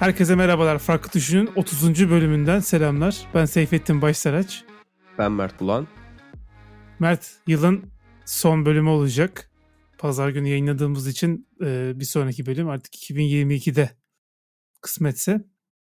Herkese merhabalar. Farklı Düşünün 30. bölümünden selamlar. Ben Seyfettin Başsaraç. Ben Mert Bulan. Mert, yılın son bölümü olacak. Pazar günü yayınladığımız için bir sonraki bölüm artık 2022'de kısmetse.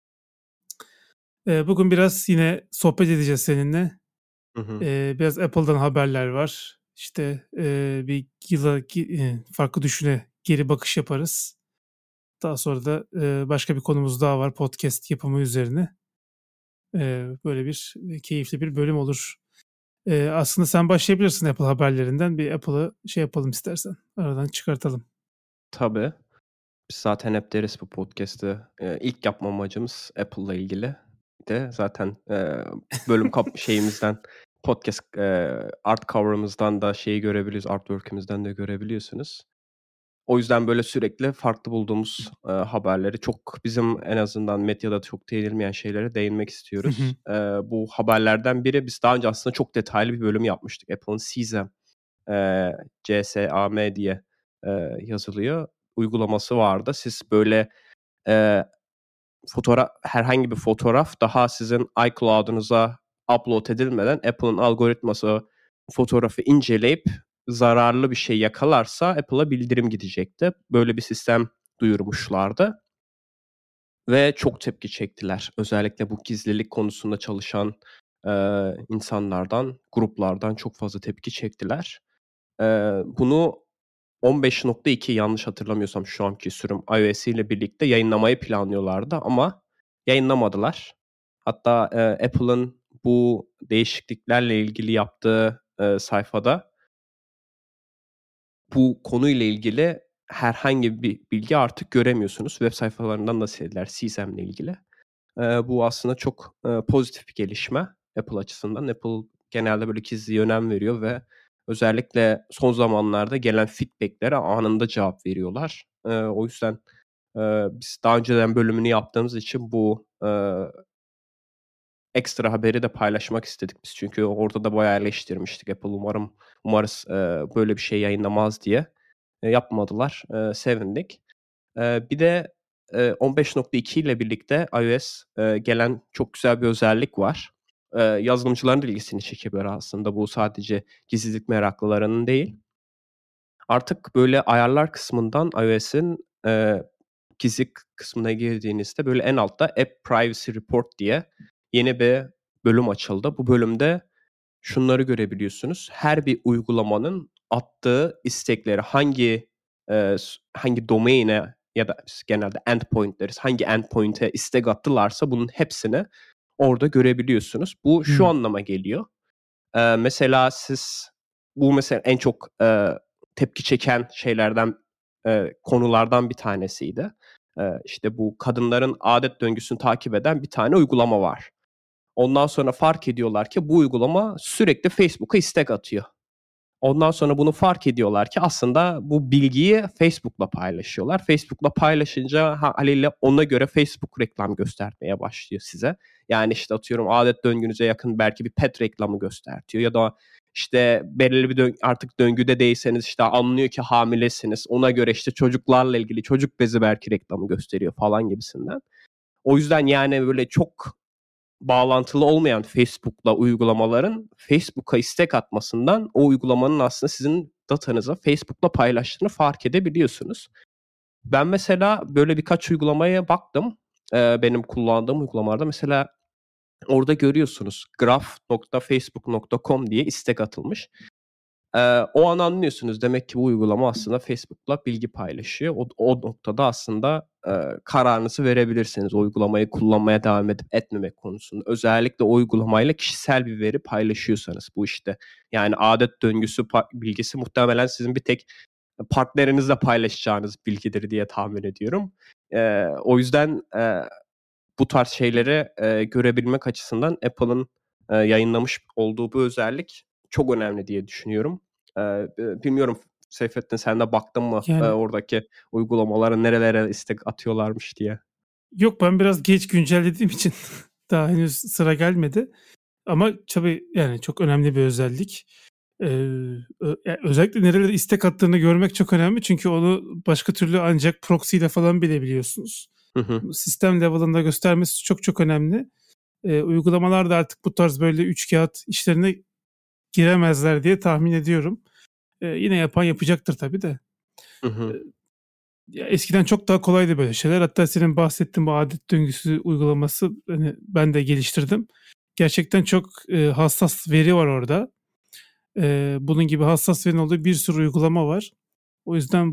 Bugün biraz yine sohbet edeceğiz seninle. Biraz Apple'dan haberler var. İşte bir yıla Farklı Düşün'e geri bakış yaparız. Daha sonra da başka bir konumuz daha var, podcast yapımı üzerine. Böyle bir keyifli bir bölüm olur. Aslında sen başlayabilirsin Apple haberlerinden. Bir Apple'ı yapalım istersen. Aradan çıkartalım. Tabii. Biz zaten hep deriz bu podcast'ı. İlk yapma amacımız Apple'la ilgili. De zaten bölüm şeyimizden podcast art cover'ımızdan da şeyi görebiliyoruz. Artwork'ümüzden de görebiliyorsunuz. O yüzden böyle sürekli farklı bulduğumuz haberleri çok bizim en azından medyada çok değinilmeyen şeylere değinmek istiyoruz. Bu haberlerden biri biz daha önce aslında çok detaylı bir bölüm yapmıştık. Apple'ın CSAM, CSAM diye yazılıyor. Uygulaması vardı. Siz böyle herhangi bir fotoğraf daha sizin iCloud'unuza upload edilmeden Apple'ın algoritması fotoğrafı inceleyip zararlı bir şey yakalarsa Apple'a bildirim gidecekti. Böyle bir sistem duyurmuşlardı. Ve çok tepki çektiler. Özellikle bu gizlilik konusunda çalışan insanlardan, gruplardan çok fazla tepki çektiler. Bunu 15.2 yanlış hatırlamıyorsam şu anki sürüm iOS ile birlikte yayınlamayı planlıyorlardı ama yayınlamadılar. Hatta Apple'ın bu değişikliklerle ilgili yaptığı sayfada bu konuyla ilgili herhangi bir bilgi artık göremiyorsunuz. Web sayfalarından da sildiler CSAM ile ilgili. Bu aslında çok pozitif bir gelişme Apple açısından. Apple genelde böyle gizliye önem veriyor ve özellikle son zamanlarda gelen feedbacklere anında cevap veriyorlar. O yüzden biz daha önceden bölümünü yaptığımız için bu ekstra haberi de paylaşmak istedik biz. Çünkü orada da bayağı eleştirmiştik Apple. Umarız böyle bir şey yayınlamaz diye. Yapmadılar. Sevindik. Bir de 15.2 ile birlikte iOS gelen çok güzel bir özellik var. Yazılımcıların da ilgisini çekebilir aslında. Bu sadece gizlilik meraklılarının değil. Artık böyle ayarlar kısmından iOS'in gizlilik kısmına girdiğinizde böyle en altta App Privacy Report diye yeni bir bölüm açıldı. Bu bölümde şunları görebiliyorsunuz. Her bir uygulamanın attığı istekleri hangi domaine ya da genelde endpoint deriz. Hangi endpoint'e istek attılarsa bunun hepsini orada görebiliyorsunuz. Bu şu anlama geliyor. Mesela bu mesela en çok tepki çeken konulardan bir tanesiydi. İşte bu kadınların adet döngüsünü takip eden bir tane uygulama var. Ondan sonra fark ediyorlar ki bu uygulama sürekli Facebook'a istek atıyor. Ondan sonra bunu fark ediyorlar ki aslında bu bilgiyi Facebook'la paylaşıyorlar. Facebook'la paylaşınca haliyle ona göre Facebook reklam göstermeye başlıyor size. Yani işte atıyorum adet döngünüze yakın belki bir pet reklamı göstertiyor ya da işte belirli bir artık döngüde değilseniz işte anlıyor ki hamilesiniz. Ona göre işte çocuklarla ilgili çocuk bezi belki reklamı gösteriyor falan gibisinden. O yüzden yani böyle çok bağlantılı olmayan Facebook'la uygulamaların Facebook'a istek atmasından o uygulamanın aslında sizin datanızı Facebook'la paylaştığını fark edebiliyorsunuz. Ben mesela böyle birkaç uygulamaya baktım. Benim kullandığım uygulamalarda mesela orada görüyorsunuz graph.facebook.com diye istek atılmış. O an anlıyorsunuz demek ki bu uygulama aslında Facebook'la bilgi paylaşıyor. O noktada aslında kararınızı verebilirsiniz. O uygulamayı kullanmaya devam edip etmemek konusunda. Özellikle o uygulamayla kişisel bir veri paylaşıyorsanız bu işte. Yani adet döngüsü bilgisi muhtemelen sizin bir tek partnerinizle paylaşacağınız bilgidir diye tahmin ediyorum. O yüzden bu tarz şeyleri görebilmek açısından Apple'ın yayınlamış olduğu bu özellik çok önemli diye düşünüyorum. Bilmiyorum Seyfettin sen de baktın mı Yani oradaki uygulamalara nerelere istek atıyorlarmış diye. yok, ben biraz geç güncellediğim için daha henüz sıra gelmedi. Ama tabii yani çok önemli bir özellik. Özellikle nerelere istek attığını görmek çok önemli. Çünkü onu başka türlü ancak proxy ile falan bilebiliyorsunuz. Hı hı. Sistem level'ında göstermesi çok çok önemli. Uygulamalar da artık bu tarz böyle 3 kağıt işlerine giremezler diye tahmin ediyorum. Yine yapan yapacaktır tabii de. Hı hı. Ya eskiden çok daha kolaydı böyle şeyler. Hatta senin bahsettiğin bu adet döngüsü uygulaması hani ben de geliştirdim. Gerçekten çok hassas veri var orada. Bunun gibi hassas verinin olduğu bir sürü uygulama var. O yüzden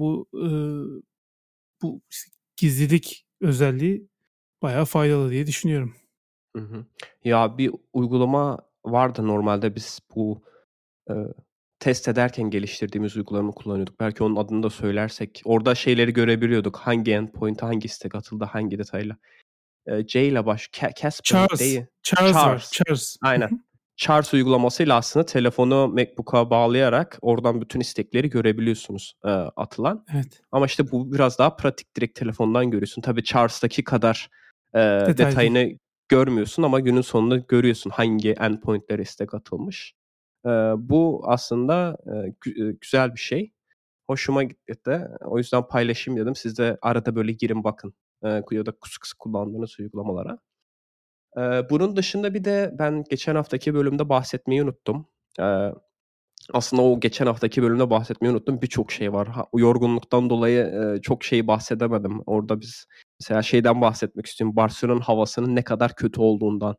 bu gizlilik özelliği bayağı faydalı diye düşünüyorum. Hı hı. Ya bir uygulama vardı normalde biz bu Eee, test ederken geliştirdiğimiz uygulamayı kullanıyorduk. Belki onun adını da söylersek orada şeyleri görebiliyorduk. Hangi endpoint'a hangi istek atıldı, hangi detayla. C ile Casper Charles. değil. Charles var. Charles. Charles. Aynen. Charles uygulamasıyla aslında telefonu MacBook'a bağlayarak oradan bütün istekleri görebiliyorsunuz, atılan. Evet. Ama işte bu biraz daha pratik. Direkt telefondan görüyorsun. Tabii Charles'taki kadar, Detay değil. detayını görmüyorsun ama günün sonunda görüyorsun hangi endpoint'lere istek atılmış. Bu aslında, güzel bir şey. Hoşuma gitti. O yüzden paylaşayım dedim. Siz de arada böyle girin bakın, ya da sık sık kullandığınız uygulamalara. Bunun dışında bir de ben geçen haftaki bölümde bahsetmeyi unuttum. Eee, aslında o geçen haftaki bölümde bahsetmeyi unuttum. Birçok şey var. Yorgunluktan dolayı, çok şeyi bahsedemedim. Orada biz mesela şeyden bahsetmek istiyorum. Barcelona'nın havasının ne kadar kötü olduğundan.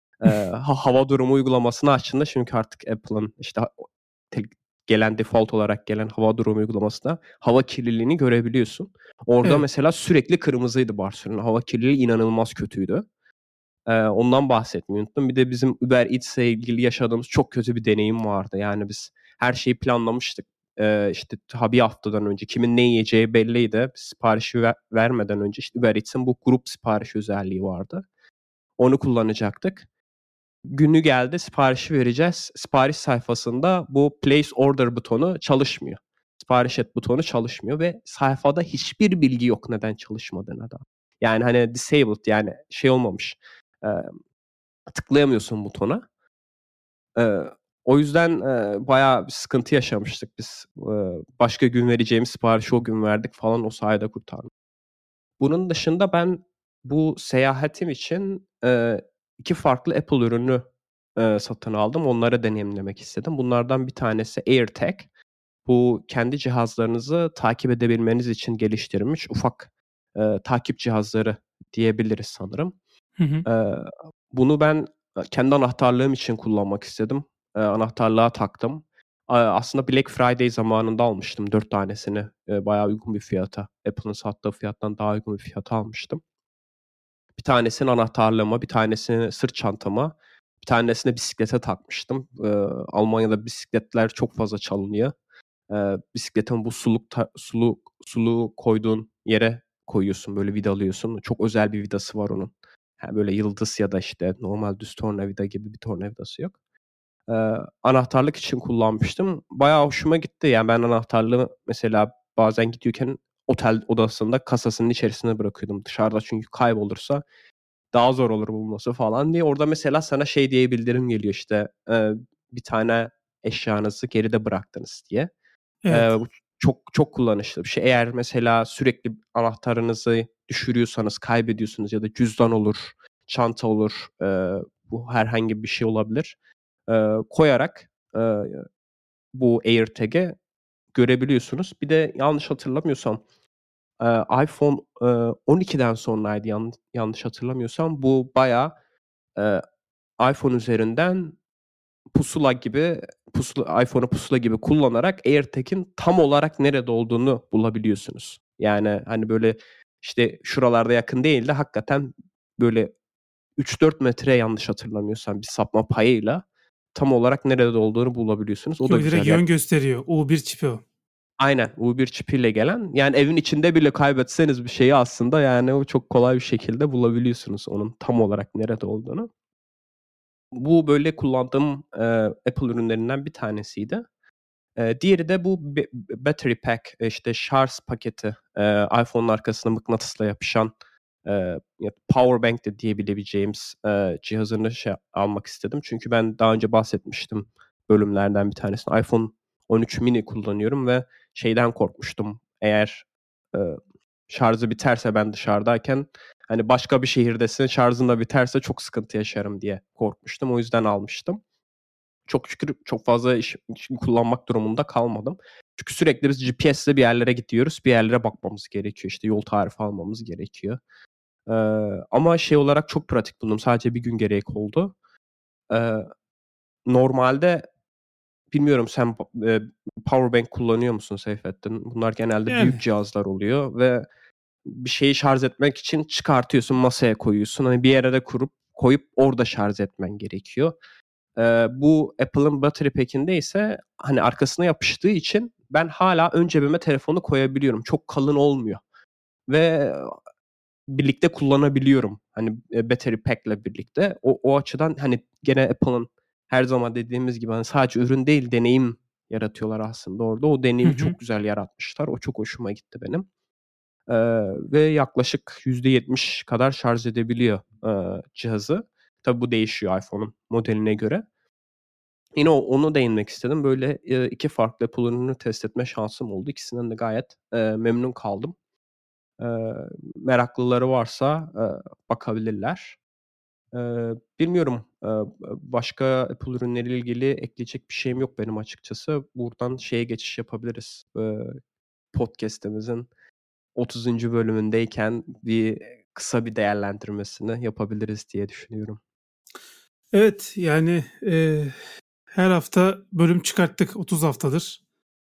Hava durumu uygulamasını açtığında çünkü artık Apple'ın işte tek gelen default olarak gelen hava durumu uygulamasında hava kirliliğini görebiliyorsun. Orada Evet. mesela sürekli kırmızıydı Barcelona. Hava kirliliği inanılmaz kötüydü. Ondan bahsetmeyi unuttum. Bir de bizim Uber Eats'le ilgili yaşadığımız çok kötü bir deneyim vardı. Yani biz her şeyi planlamıştık. İşte bir haftadan önce kimin ne yiyeceği belliydi. Siparişi vermeden önce işte Uber Eats'in bu grup sipariş özelliği vardı. Onu kullanacaktık. Günü geldi, siparişi vereceğiz. Sipariş sayfasında bu place order butonu çalışmıyor. Sipariş et butonu çalışmıyor ve sayfada hiçbir bilgi yok neden çalışmadığına da. Yani hani disabled yani şey olmamış. Eee, tıklayamıyorsun butona. Eee, o yüzden, bayağı bir sıkıntı yaşamıştık biz. Başka gün vereceğimiz siparişi o gün verdik falan o sayede kurtardık. Bunun dışında ben bu seyahatim için, 2 farklı Apple ürünü, satın aldım. Onları deneyimlemek istedim. Bunlardan bir tanesi AirTag. Bu kendi cihazlarınızı takip edebilmeniz için geliştirilmiş ufak, takip cihazları diyebiliriz sanırım. Hı hı. Eee, bunu ben, kendi anahtarlığım için kullanmak istedim. Anahtarlığa taktım. Aslında Black Friday zamanında almıştım 4 tanesini. Bayağı uygun bir fiyata. Apple'ın sattığı fiyattan daha uygun bir fiyata almıştım. Bir tanesini anahtarlığıma, bir tanesini sırt çantama, bir tanesini bisiklete takmıştım. Almanya'da bisikletler çok fazla çalınıyor. Bisikletin bu suluğu koyduğun yere koyuyorsun, böyle vidalıyorsun. Çok özel bir vidası var onun. Yani böyle yıldız ya da işte normal düz tornavida gibi bir tornavidası yok. Anahtarlık için kullanmıştım. Bayağı hoşuma gitti. Yani ben anahtarlığı mesela bazen gidiyorken otel odasında kasasının içerisine bırakıyordum. Dışarıda çünkü kaybolursa daha zor olur bulması falan diye. Orada mesela sana şey diye bildirim geliyor işte, bir tane eşyanızı geride bıraktınız diye. Evet. Bu çok çok kullanışlı bir şey. Eğer mesela sürekli anahtarınızı düşürüyorsanız, kaybediyorsunuz ya da cüzdan olur, çanta olur, bu herhangi bir şey olabilir. Koyarak, bu AirTag'e görebiliyorsunuz. Bir de yanlış hatırlamıyorsam, iPhone, 12'den sonraydı yanlış hatırlamıyorsam. Bu bayağı, eee, iPhone üzerinden iPhone'u pusula gibi kullanarak AirTag'in tam olarak nerede olduğunu bulabiliyorsunuz. Yani, hani, böyle, işte, şuralarda yakın değil de hakikaten böyle 3-4 metre yanlış hatırlamıyorsam bir sapma payıyla tam olarak nerede olduğunu bulabiliyorsunuz. O da Yok, direkt güzel. Yani yön gösteriyor. U1 çipi o. aynen U1 çipiyle gelen. Yani evin içinde bile kaybetseniz bir şeyi aslında, yani, o çok kolay bir şekilde bulabiliyorsunuz onun tam olarak nerede olduğunu. Bu böyle kullandığım, Apple ürünlerinden bir tanesiydi. Diğeri de bu battery pack, işte şarj paketi. iPhone'un arkasına mıknatısla yapışan, ya power bank de diyebileceğimiz, cihazını almak istedim. Çünkü ben daha önce bahsetmiştim bölümlerden bir tanesinde. iPhone 13 mini kullanıyorum ve şeyden korkmuştum. Eğer, eee, Şarjı biterse ben dışarıdayken, hani başka bir şehirdesin, şarjın da biterse çok sıkıntı yaşarım diye korkmuştum. O yüzden almıştım. Çok şükür çok fazla iş kullanmak durumunda kalmadım. Çünkü sürekli biz GPS'le bir yerlere gidiyoruz. Bir yerlere bakmamız gerekiyor. İşte yol tarifi almamız gerekiyor. Ama şey olarak çok pratik buldum. Sadece bir gün gerek oldu. Normalde bilmiyorum sen powerbank kullanıyor musun Seyfettin? Bunlar genelde Yani büyük cihazlar oluyor ve bir şeyi şarj etmek için çıkartıyorsun, masaya koyuyorsun. Hani bir yere de koyup orada şarj etmen gerekiyor. Bu Apple'ın Battery Pack'inde ise hani arkasına yapıştığı için ben hala ön cebime telefonu koyabiliyorum. Çok kalın olmuyor ve birlikte kullanabiliyorum. Hani Battery Pack'le birlikte. O açıdan hani gene Apple'ın her zaman dediğimiz gibi hani sadece ürün değil deneyim yaratıyorlar aslında orada. O hı deneyimi hı. çok güzel yaratmışlar. O çok hoşuma gitti benim. Ve yaklaşık %70 kadar şarj edebiliyor cihazı. Tabii bu değişiyor iPhone'un modeline göre. Yine onu değinmek istedim. Böyle 2 farklı Apple ürününü test etme şansım oldu. İkisinden de gayet memnun kaldım. Meraklıları varsa bakabilirler. Bilmiyorum, başka Apple ürünleriyle ilgili ekleyecek bir şeyim yok benim açıkçası. Buradan şeye geçiş yapabiliriz. Podcast'imizin 30. bölümündeyken kısa bir değerlendirmesini yapabiliriz diye düşünüyorum. Evet, yani her hafta bölüm çıkarttık 30 haftadır.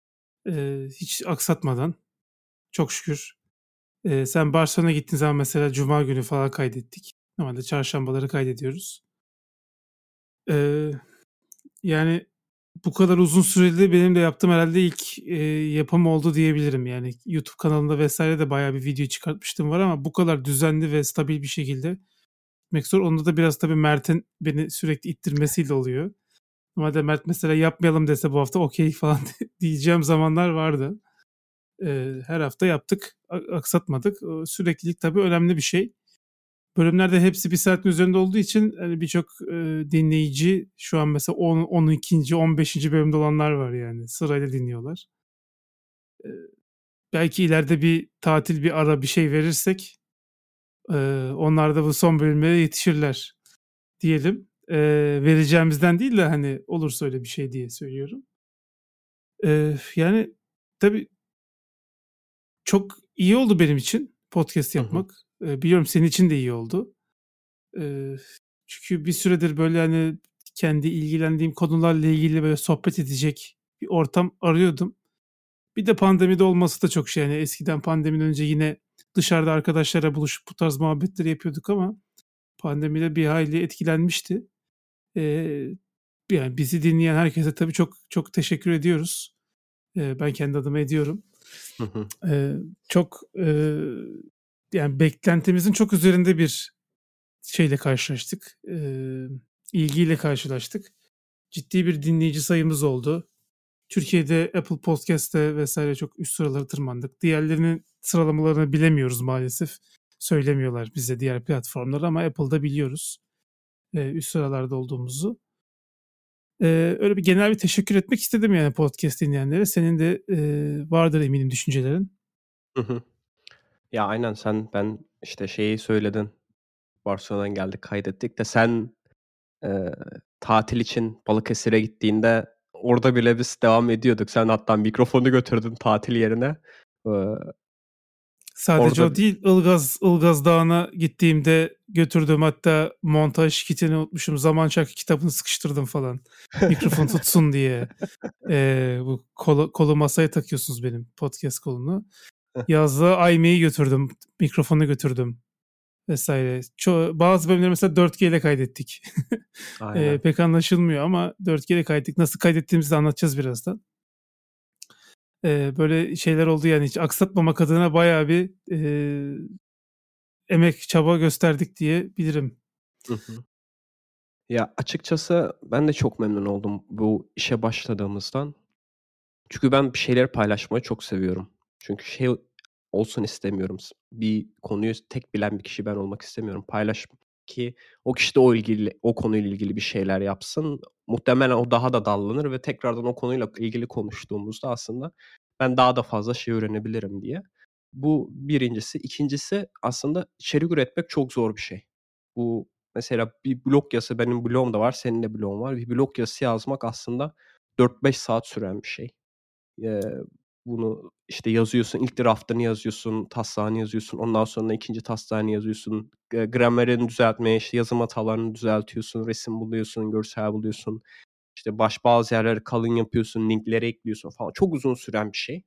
Hiç aksatmadan. Çok şükür. Sen Barcelona'ya gittiğin zaman mesela Cuma günü falan kaydettik. Normalde çarşambaları kaydediyoruz. Eee, Yani bu kadar uzun süreli benim de yaptığım herhalde ilk yapım oldu diyebilirim. Yani YouTube kanalında vesaire de bayağı bir video çıkartmıştım var ama bu kadar düzenli ve stabil bir şekilde gitmek zor. Onda da biraz tabii Mert'in beni sürekli ittirmesiyle oluyor. Normalde Mert mesela yapmayalım dese bu hafta okey falan diyeceğim zamanlar vardı. Her hafta yaptık, aksatmadık. Süreklilik tabii önemli bir şey. Bölümlerde hepsi bir saatin üzerinde olduğu için hani birçok dinleyici şu an mesela 10, 12. 15. bölümde olanlar var yani sırayla dinliyorlar. E, Belki ileride bir tatil, bir ara bir şey verirsek e, onlar da bu son bölümlere yetişirler diyelim. Vereceğimizden değil de hani olursa öyle bir şey diye söylüyorum. Yani tabii çok iyi oldu benim için podcast Hı hı. yapmak. Biliyorum senin için de iyi oldu. Eee, Çünkü bir süredir böyle hani kendi ilgilendiğim konularla ilgili böyle sohbet edecek bir ortam arıyordum. Bir de pandemide olması da çok şey. Yani eskiden pandemiden önce yine dışarıda arkadaşlara buluşup bu tarz muhabbetleri yapıyorduk ama pandemide bir hayli etkilenmişti. Yani bizi dinleyen herkese tabii çok çok teşekkür ediyoruz. Ben kendi adıma ediyorum. Hı hı. Çok yani beklentimizin çok üzerinde bir şeyle karşılaştık. İlgiyle karşılaştık. Ciddi bir dinleyici sayımız oldu. Türkiye'de Apple Podcast'te vesaire çok üst sıralara tırmandık. Diğerlerinin sıralamalarını bilemiyoruz maalesef. Söylemiyorlar bize diğer platformlar ama Apple'da biliyoruz üst sıralarda olduğumuzu. Öyle bir genel bir teşekkür etmek istedim yani podcast dinleyenlere. Senin de vardır eminim düşüncelerin. Hı hı. Ya aynen ben işte şeyi söyledin. Barcelona'dan geldik kaydettik de sen Eee, tatil için Balıkesir'e gittiğinde orada bile biz devam ediyorduk. Sen hatta mikrofonu götürdün tatil yerine. Eee, Sadece orada o değil, Ilgaz Dağı'na gittiğimde götürdüm. Hatta montaj kitini unutmuşum. Zaman Çarkı kitabını sıkıştırdım falan. Mikrofon tutsun diye. Bu kolu masaya takıyorsunuz benim podcast kolunu. Yazda iMac'i götürdüm. Mikrofonu götürdüm vesaire. Bazı bölümleri mesela 4G ile kaydettik. Aynen. Pek anlaşılmıyor ama 4G ile kaydettik. Nasıl kaydettiğimizi de anlatacağız birazdan. Böyle şeyler oldu yani hiç aksatmamak adına bayağı bir emek, çaba gösterdik diyebilirim. Hı hı. Ya, açıkçası ben de çok memnun oldum bu işe başladığımızdan. Çünkü ben bir şeyleri paylaşmayı çok seviyorum. Çünkü şey olsun istemiyorum. Bir konuyu tek bilen bir kişi ben olmak istemiyorum. Ki o kişi de o konuyla ilgili bir şeyler yapsın. Muhtemelen o daha da dallanır ve tekrardan o konuyla ilgili konuştuğumuzda aslında ben daha da fazla şey öğrenebilirim diye. Bu birincisi. İkincisi aslında içerik üretmek çok zor bir şey. Bu mesela bir blog yazısı, benim blogum da var, senin de blogun var. Bir blog yazısı yazmak aslında 4-5 saat süren bir şey. Eee, Bunu işte yazıyorsun, ilk draft'ını yazıyorsun, taslağını yazıyorsun, ondan sonra ikinci taslağını yazıyorsun, gramerini düzeltmeye, işte yazım hatalarını düzeltiyorsun, resim buluyorsun, görsel buluyorsun, işte bazı yerleri kalın yapıyorsun, linkleri ekliyorsun falan. Çok uzun süren bir şey.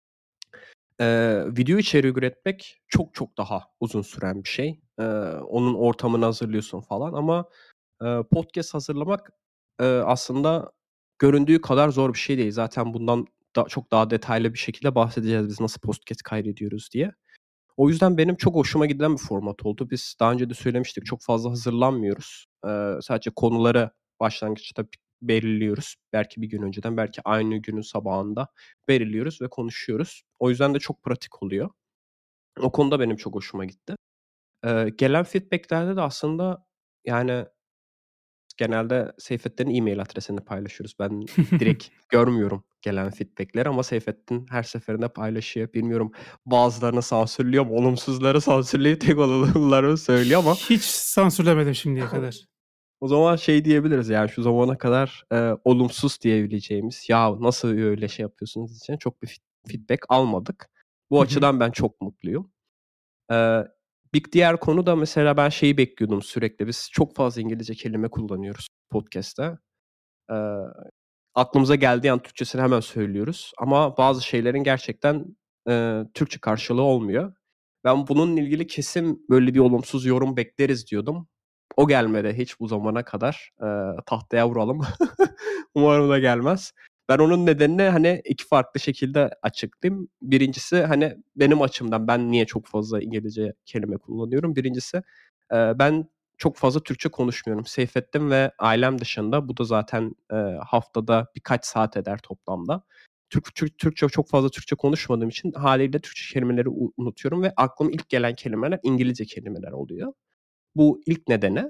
Video içeriği üretmek çok çok daha uzun süren bir şey. Onun ortamını hazırlıyorsun falan ama podcast hazırlamak aslında göründüğü kadar zor bir şey değil. Zaten bundan çok daha detaylı bir şekilde bahsedeceğiz biz nasıl podcast kaydediyoruz diye. O yüzden benim çok hoşuma giden bir format oldu. Biz daha önce de söylemiştik, çok fazla hazırlanmıyoruz. Sadece konuları başlangıçta belirliyoruz. Belki bir gün önceden, belki aynı günün sabahında belirliyoruz ve konuşuyoruz. O yüzden de çok pratik oluyor. O konuda benim çok hoşuma gitti. Gelen feedback'lerde de aslında yani genelde Seyfettin'in e-mail adresini paylaşıyoruz. Ben direkt görmüyorum gelen feedback'leri ama Seyfettin her seferinde paylaşıyor. Bilmiyorum, bazılarını sansürlüyor mu? Olumsuzları sansürleyip tek olumluları söylüyor ama Hiç sansürlemedim şimdiye kadar. o zaman şey diyebiliriz, yani şu zamana kadar olumsuz diyebileceğimiz, ya nasıl öyle şey yapıyorsunuz için çok bir feedback almadık. Bu açıdan ben çok mutluyum. Bir diğer konu da mesela ben şeyi bekliyordum sürekli. Biz çok fazla İngilizce kelime kullanıyoruz podcast'ta. Aklımıza geldiği an Türkçesini hemen söylüyoruz. Ama bazı şeylerin gerçekten Türkçe karşılığı olmuyor. Ben bununla ilgili kesin böyle bir olumsuz yorum bekleriz diyordum. O gelmedi hiç bu zamana kadar. Tahtaya vuralım. Umarım da gelmez. Ben onun nedenini hani iki farklı şekilde açıklayayım. Birincisi hani benim açımdan ben niye çok fazla İngilizce kelime kullanıyorum. Birincisi ben çok fazla Türkçe konuşmuyorum. Seyfettin ve ailem dışında, bu da zaten haftada birkaç saat eder toplamda. Türkçe çok fazla Türkçe konuşmadığım için haliyle Türkçe kelimeleri unutuyorum ve aklıma ilk gelen kelimeler İngilizce kelimeler oluyor. Bu ilk nedeni.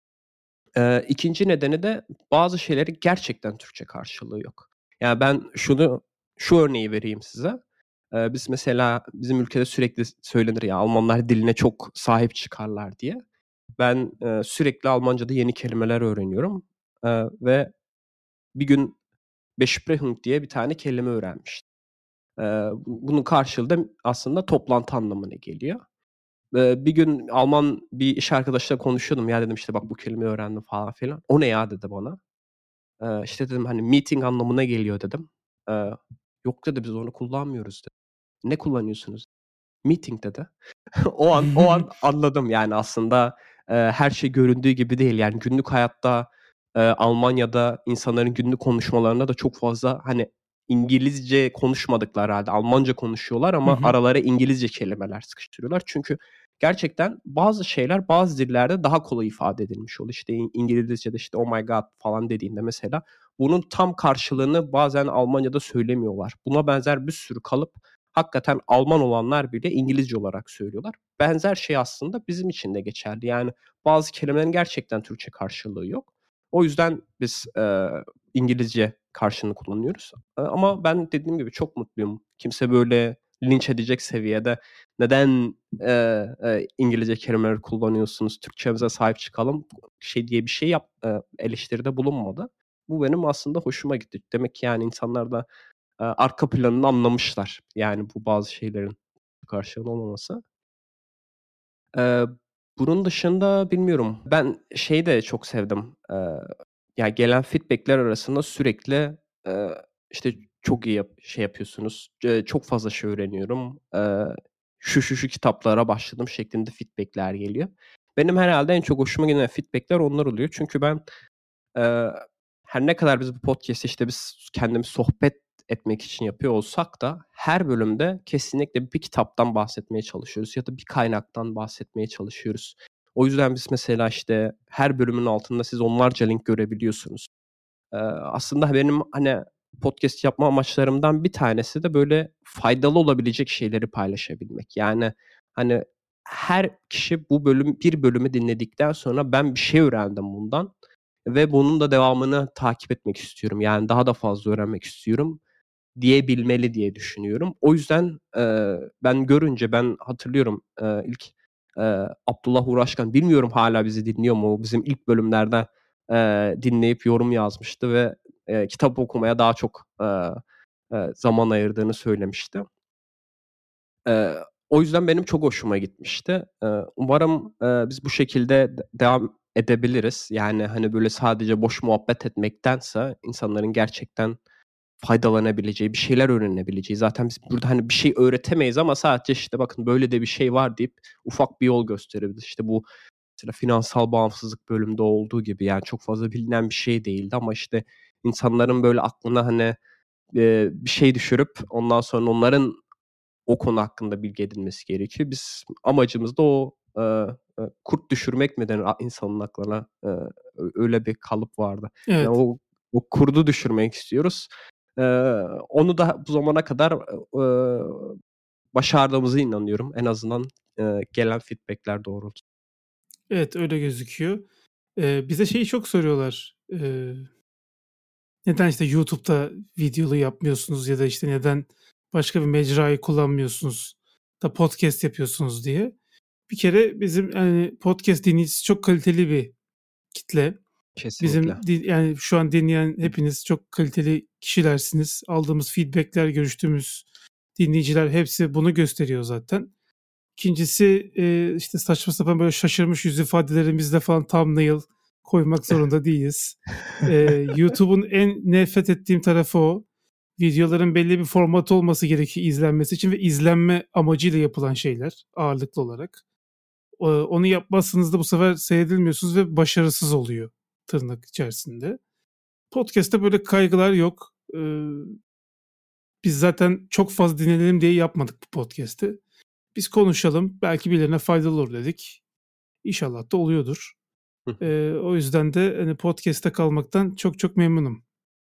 İkinci nedeni de bazı şeylerin gerçekten Türkçe karşılığı yok. Yani ben şu örneği vereyim size. Biz mesela bizim ülkede sürekli söylenir ya, Almanlar diline çok sahip çıkarlar diye. Ben sürekli Almanca'da yeni kelimeler öğreniyorum ve bir gün Besprechung diye bir tane kelime öğrenmiştim. Bunun karşılığı da aslında toplantı anlamına geliyor. Bir gün Alman bir iş arkadaşıyla konuşuyordum. Ya dedim, işte bak bu kelimeyi öğrendim falan filan. O ne ya dedi bana. İşte dedim hani meeting anlamına geliyor dedim. Yok dedi, biz onu kullanmıyoruz dedi. Ne kullanıyorsunuz? Meeting dedi. O an anladım yani aslında her şey göründüğü gibi değil. Yani günlük hayatta Almanya'da insanların günlük konuşmalarında da çok fazla hani İngilizce konuşmadıkları hâlde Almanca konuşuyorlar ama aralara İngilizce kelimeler sıkıştırıyorlar. Çünkü gerçekten bazı şeyler bazı dillerde daha kolay ifade edilmiş oluyor. İşte İngilizce'de işte "Oh my God" falan dediğinde mesela bunun tam karşılığını bazen Almanca'da söylemiyorlar. Buna benzer bir sürü kalıp hakikaten Alman olanlar bile İngilizce olarak söylüyorlar. Benzer şey aslında bizim için de geçerli. Yani bazı kelimelerin gerçekten Türkçe karşılığı yok. O yüzden biz İngilizce karşılığını kullanıyoruz. Ama ben dediğim gibi çok mutluyum. Kimse böyle linç edecek seviyede neden İngilizce kelimeleri kullanıyorsunuz, Türkçemize sahip çıkalım diye bir şey eleştiride bulunmadı. Bu benim aslında hoşuma gitti. Demek ki yani insanlar da arka planını anlamışlar. Yani bu bazı şeylerin karşılığının olmaması. Eee, Bunun dışında bilmiyorum. Ben şeyi de çok sevdim. Ya gelen feedback'ler arasında sürekli işte çok iyi yapıyorsunuz. Çok fazla şey öğreniyorum. Şu kitaplara başladım şeklinde feedback'ler geliyor. Benim herhalde en çok hoşuma giden feedback'ler onlar oluyor. Çünkü ben Eee, her ne kadar biz bu podcast'i işte biz kendimiz sohbet etmek için yapıyor olsak da her bölümde kesinlikle bir kitaptan bahsetmeye çalışıyoruz ya da bir kaynaktan bahsetmeye çalışıyoruz. O yüzden biz mesela işte her bölümün altında siz onlarca link görebiliyorsunuz. Aslında benim hani podcast yapma amaçlarımdan bir tanesi de böyle faydalı olabilecek şeyleri paylaşabilmek. Yani hani her kişi bir bölümü dinledikten sonra ben bir şey öğrendim bundan ve bunun da devamını takip etmek istiyorum. Yani daha da fazla öğrenmek istiyorum. diyebilmeli diye düşünüyorum. O yüzden ben hatırlıyorum ilk Abdullah Uğraşkan, bilmiyorum hala bizi dinliyor mu? Bizim ilk bölümlerden dinleyip yorum yazmıştı ve kitap okumaya daha çok zaman ayırdığını söylemişti. O yüzden benim çok hoşuma gitmişti. Umarım biz bu şekilde devam edebiliriz. Yani hani böyle sadece boş muhabbet etmektense insanların gerçekten faydalanabileceği, bir şeyler öğrenebileceği. Zaten biz burada hani bir şey öğretemeyiz ama sadece işte bakın böyle de bir şey var deyip ufak bir yol gösterebiliriz. İşte bu mesela finansal bağımsızlık bölümünde olduğu gibi, yani çok fazla bilinen bir şey değildi ama işte insanların böyle aklına hani bir şey düşürüp ondan sonra onların o konu hakkında bilgi edinmesi gerekiyor. Amacımız da o kurt düşürmek mi denir insanın aklına? Öyle bir kalıp vardı. Yani Evet. o kurdu düşürmek istiyoruz. Onu da bu zamana kadar başardığımıza inanıyorum. En azından gelen feedback'ler doğrultusunda. Evet, öyle gözüküyor. Bize şeyi çok soruyorlar. Neden işte YouTube'da videolu yapmıyorsunuz ya da işte neden başka bir mecrayı kullanmıyorsunuz da podcast yapıyorsunuz diye. Bir kere bizim yani podcast dinleyicisi çok kaliteli bir kitle. Kesinlikle. Bizim yani şu an dinleyen hepiniz çok kaliteli kişilersiniz. Aldığımız feedbackler, görüştüğümüz dinleyiciler hepsi bunu gösteriyor zaten. İkincisi işte saçma sapan böyle şaşırmış yüz ifadelerimizle falan thumbnail koymak zorunda değiliz. YouTube'un en nefret ettiğim tarafı o. Videoların belli bir formatı olması gerekiyor izlenmesi için ve izlenme amacıyla yapılan şeyler ağırlıklı olarak. Onu yapmazsanız da bu sefer seyredilmiyorsunuz ve başarısız oluyor tırnak içerisinde. Podcast'te böyle kaygılar yok. Biz zaten çok fazla dinlenelim diye yapmadık bu podcast'i. Biz konuşalım, belki birilerine faydalı olur dedik. İnşallah da oluyordur. O yüzden de hani podcast'te kalmaktan çok çok memnunum.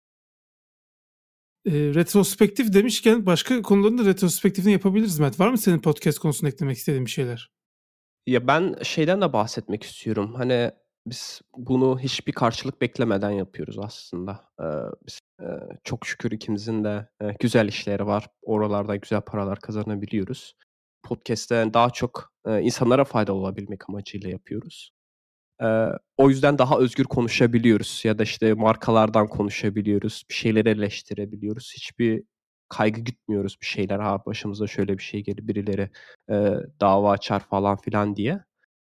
Retrospektif demişken başka konuların da retrospektifini yapabiliriz Mert. Var mı senin podcast konusunda eklemek istediğin bir şeyler? Ya, ben şeyden de bahsetmek istiyorum. Hani, biz bunu hiçbir karşılık beklemeden yapıyoruz aslında. Biz, çok şükür ikimizin de güzel işleri var. Oralardan güzel paralar kazanabiliyoruz. Podcast'te daha çok insanlara faydalı olabilmek amacıyla yapıyoruz. O yüzden daha özgür konuşabiliyoruz ya da, işte, markalardan konuşabiliyoruz, bir şeyleri eleştirebiliyoruz. Hiçbir kaygı gütmüyoruz bir şeyler, başımıza şöyle bir şey gelir, birileri dava açar falan filan diye.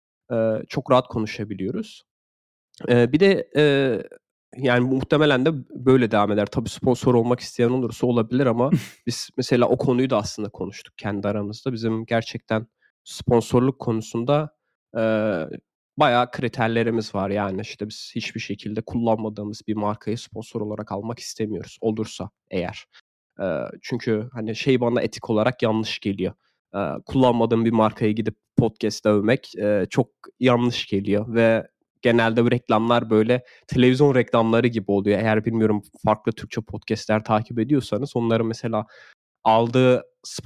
Çok rahat konuşabiliyoruz. Bir de yani muhtemelen de böyle devam eder. Tabii sponsor olmak isteyen olursa olabilir ama biz mesela o konuyu da aslında konuştuk kendi aramızda. Bizim gerçekten sponsorluk konusunda eee, bayağı kriterlerimiz var. Yani, işte, biz hiçbir şekilde kullanmadığımız bir markayı sponsor olarak almak istemiyoruz, olursa eğer. Çünkü, hani, şey bana etik olarak yanlış geliyor. Kullanmadığım bir markaya gidip podcast övmek çok yanlış geliyor ve genelde bu reklamlar böyle televizyon reklamları gibi oluyor. Eğer bilmiyorum farklı Türkçe podcast'ler takip ediyorsanız onların mesela aldığı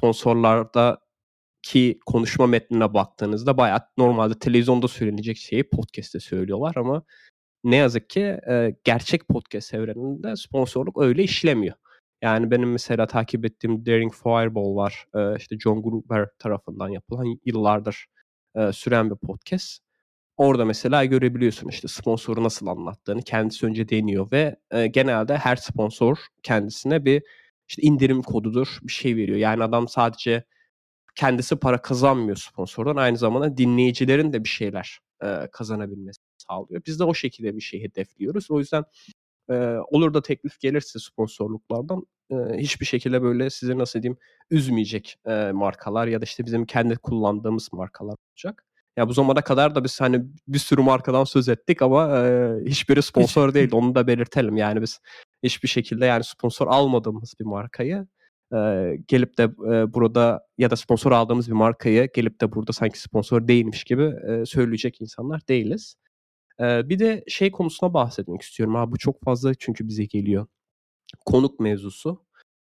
sponsorlardaki konuşma metnine baktığınızda bayağı normalde televizyonda söylenecek şeyi podcast'te söylüyorlar ama ne yazık ki gerçek podcast evreninde sponsorluk öyle işlemiyor. Yani benim mesela takip ettiğim Daring Fireball var. İşte John Gruber tarafından yapılan yıllardır süren bir podcast. Orada mesela görebiliyorsun işte sponsoru nasıl anlattığını. Kendisi önce deniyor ve genelde her sponsor kendisine bir işte indirim kodudur, bir şey veriyor. Yani adam sadece kendisi para kazanmıyor sponsordan. Aynı zamanda dinleyicilerin de bir şeyler kazanabilmesini sağlıyor. Biz de o şekilde bir şey hedefliyoruz. O yüzden olur da teklif gelirse sponsorluklardan hiçbir şekilde böyle sizi nasıl diyeyim üzmeyecek markalar ya da işte bizim kendi kullandığımız markalar olacak. Ya bu zamana kadar da biz hani bir sürü markadan söz ettik ama hiçbiri Hiç. sponsor değildi. Onu da belirtelim. Yani biz hiçbir şekilde yani sponsor almadığımız bir markayı gelip de burada ya da sponsor aldığımız bir markayı gelip de burada sanki sponsor değilmiş gibi söyleyecek insanlar değiliz. Bir de şey konusuna bahsetmek istiyorum abi. Bu çok fazla çünkü bize geliyor. Konuk mevzusu.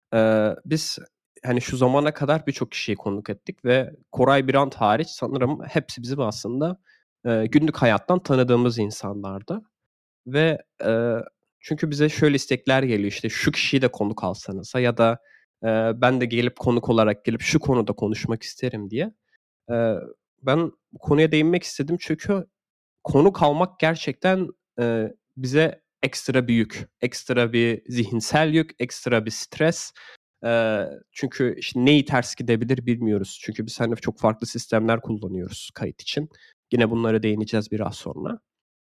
Biz hani şu zamana kadar birçok kişiyi konuk ettik ve Koray Birant hariç sanırım hepsi bizim aslında günlük hayattan tanıdığımız insanlardı. Ve çünkü bize şöyle istekler geliyor işte şu kişiyi de konuk alsanıza ya da Ben de konuk olarak gelip şu konuda konuşmak isterim diye. Ben bu konuya değinmek istedim çünkü konuk almak gerçekten bize ekstra bir yük, ekstra bir zihinsel yük, ekstra bir stres. Çünkü işte neyi ters gidebilir bilmiyoruz. Çünkü biz hani çok farklı sistemler kullanıyoruz kayıt için. Yine bunlara değineceğiz biraz sonra.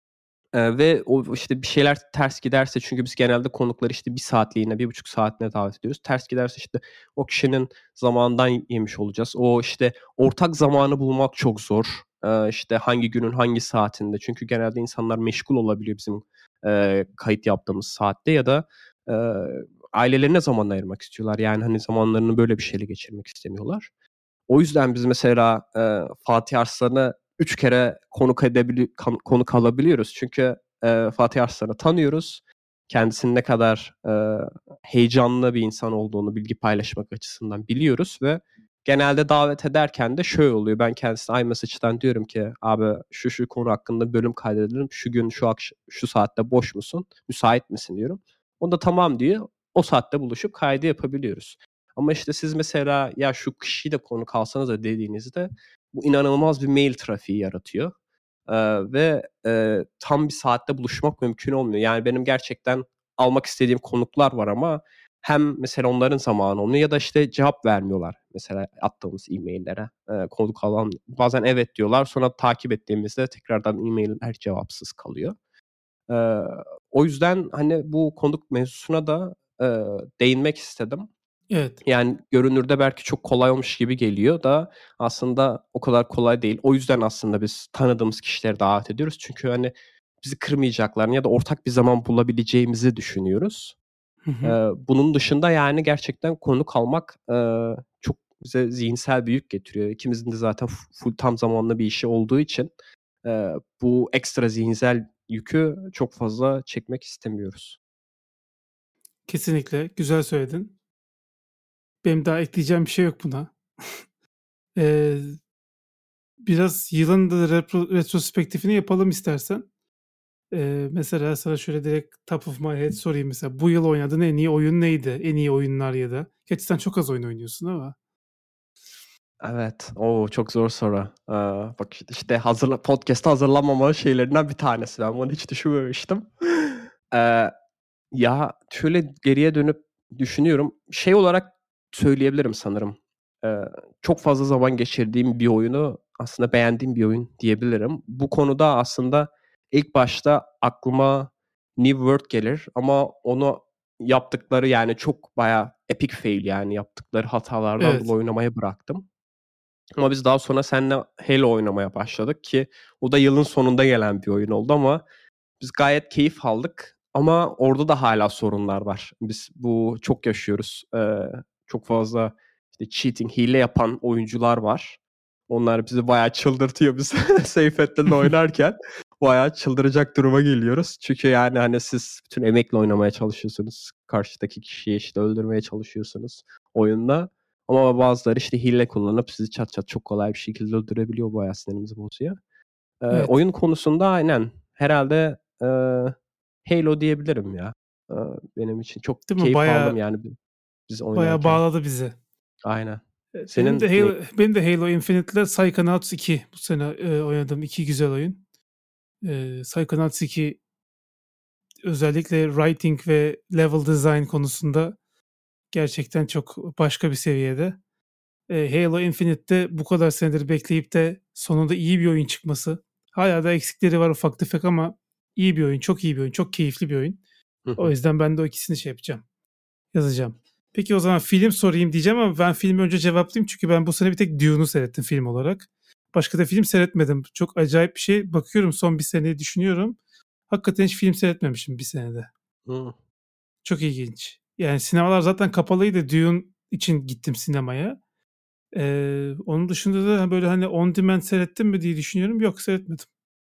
Ve o işte bir şeyler ters giderse çünkü biz genelde konukları işte 1 saatliğine, 1,5 saatine davet ediyoruz. Ters giderse işte o kişinin zamanından yemiş olacağız. O işte ortak zamanı bulmak çok zor. İşte hangi günün hangi saatinde. Çünkü genelde insanlar meşgul olabiliyor bizim kayıt yaptığımız saatte ya da ailelerine zaman ayırmak istiyorlar. Yani hani zamanlarını böyle bir şeyle geçirmek istemiyorlar. O yüzden biz mesela Fatih Arslan'ı 3 kere konuk alabiliyoruz. Çünkü Fatih Arslan'ı tanıyoruz. Kendisinin ne kadar heyecanlı bir insan olduğunu bilgi paylaşmak açısından biliyoruz ve genelde davet ederken de şöyle oluyor. Ben kendisine iMessage'dan diyorum ki abi şu konu hakkında bölüm kaydedelim. Şu gün şu saatte boş musun? Müsait misin diyorum. O da tamam diyor. O saatte buluşup kaydı yapabiliyoruz. Ama işte siz mesela ya şu kişiyi de konuk alsanız da dediğinizde bu inanılmaz bir mail trafiği yaratıyor. Ve tam bir saatte buluşmak mümkün olmuyor. Yani benim gerçekten almak istediğim konuklar var ama hem mesela onların zamanı olmuyor ya da işte cevap vermiyorlar mesela attığımız e-maillere. Konuk alan bazen evet diyorlar sonra takip ettiğimizde tekrardan e-mailler cevapsız kalıyor. O yüzden hani bu konuk mevzusuna da değinmek istedim. Evet. Yani görünürde belki çok kolay olmuş gibi geliyor da aslında o kadar kolay değil. O yüzden aslında biz tanıdığımız kişileri davet ediyoruz. Çünkü hani bizi kırmayacaklarını ya da ortak bir zaman bulabileceğimizi düşünüyoruz. Hı hı. Bunun dışında yani gerçekten konuk almak çok bize zihinsel bir yük getiriyor. İkimizin de zaten full tam zamanlı bir işi olduğu için bu ekstra zihinsel yükü çok fazla çekmek istemiyoruz. Kesinlikle. Güzel söyledin. Benim daha ekleyeceğim bir şey yok buna. Eee, biraz yılın da retrospektifini yapalım istersen. Mesela sana şöyle direkt top of my head sorayım mesela. Bu yıl oynadığın en iyi oyun neydi? En iyi oyunlar ya da. Gerçi sen çok az oyun oynuyorsun ama. Evet. O çok zor soru. Bak işte podcast'a hazırlanmama şeylerinden bir tanesi. Ben bunu hiç düşünmemiştim. Eee, ya şöyle geriye dönüp düşünüyorum. Şey olarak söyleyebilirim sanırım. Eee, çok fazla zaman geçirdiğim bir oyunu aslında beğendiğim bir oyun diyebilirim. Bu konuda aslında ilk başta aklıma New World gelir ama onu yaptıkları yani çok bayağı epic fail yani yaptıkları hatalardan Evet. dolayı oynamayı bıraktım. Ama biz daha sonra seninle Halo oynamaya başladık ki o da yılın sonunda gelen bir oyun oldu ama biz gayet keyif aldık ama orada da hala sorunlar var. Biz bu çok yaşıyoruz. Çok fazla işte cheating, hile yapan oyuncular var. Onlar bizi bayağı çıldırtıyor biz Seyfettin'le oynarken. Bayağı çıldıracak duruma geliyoruz. Çünkü yani hani siz bütün emekle oynamaya çalışıyorsunuz. Karşıdaki kişiyi işte öldürmeye çalışıyorsunuz oyunda. Ama bazıları işte hile kullanıp sizi çat çat çok kolay bir şekilde öldürebiliyor. Bayağı sinirimizi bozuyor. Evet. Oyun konusunda aynen herhalde Halo diyebilirim ya. Eee, benim için çok Değil mi? keyif aldım Bayağı yani biz bayağı oynarken. bağladı bizi. Aynen. Benim de Senin ne? Halo Infinite'le Psychonauts 2 bu sene oynadığım iki güzel oyun. Psychonauts 2 özellikle writing ve level design konusunda gerçekten çok başka bir seviyede. Halo Infinite'te bu kadar senedir bekleyip de sonunda iyi bir oyun çıkması. Hala da eksikleri var ufak tefek ama iyi bir oyun, çok iyi bir oyun, çok keyifli bir oyun. Hı O hı. yüzden ben de o ikisini şey yapacağım, yazacağım. Peki o zaman film sorayım diyeceğim ama ben filmi önce cevaplayayım çünkü ben bu sene bir tek Dune'u seyrettim film olarak. Başka da film seyretmedim. Çok acayip bir şey. Bakıyorum son bir seneyi düşünüyorum. Hakikaten hiç film seyretmemişim bir senede. Hı. Çok ilginç. Yani sinemalar zaten kapalıydı. Dune için gittim sinemaya. Onun dışında da böyle hani on demand seyrettim mi diye düşünüyorum. Yok seyretmedim.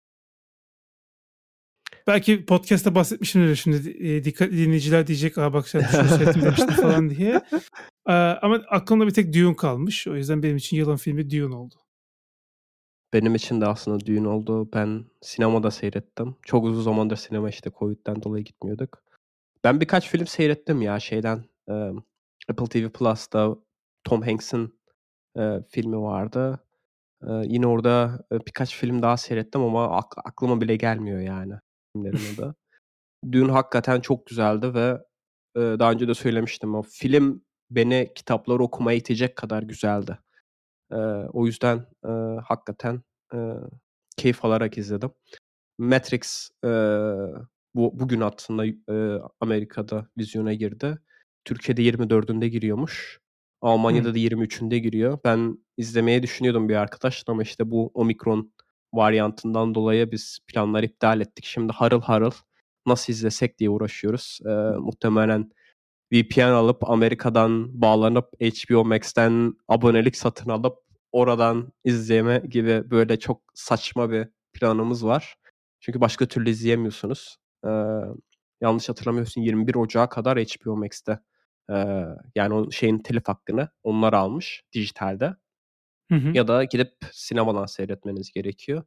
Belki podcast'ta bahsetmişimdir şimdi. Dikkat dinleyiciler diyecek bak sen şunu seyrettim demiştin falan diye. Ama aklımda bir tek Dune kalmış. O yüzden benim için yılın filmi Dune oldu. Benim için de aslında düğün oldu. Ben sinemada seyrettim. Çok uzun zamandır sinema işte Covid'den dolayı gitmiyorduk. Ben birkaç film seyrettim ya şeyden. Apple TV Plus'ta Tom Hanks'in filmi vardı. Yine orada birkaç film daha seyrettim ama aklıma bile gelmiyor yani filmlerin adı. Dune hakikaten çok güzeldi ve daha önce de söylemiştim. O film beni kitapları okumaya itecek kadar güzeldi. O yüzden hakikaten keyif alarak izledim. Matrix bugün aslında Amerika'da vizyona girdi. Türkiye'de 24'ünde giriyormuş. Almanya'da da 23'ünde giriyor. Ben izlemeye düşünüyordum bir arkadaşla ama işte bu Omikron varyantından dolayı biz planları iptal ettik. Şimdi harıl harıl nasıl izlesek diye uğraşıyoruz. Muhtemelen VPN alıp Amerika'dan bağlanıp HBO Max'ten abonelik satın alıp oradan izleme gibi böyle çok saçma bir planımız var. Çünkü başka türlü izleyemiyorsunuz. Yanlış hatırlamıyorsun 21 Ocağı kadar HBO Max'te. Yani o şeyin telif hakkını onlar almış dijitalde. Ya da gidip sinemadan seyretmeniz gerekiyor.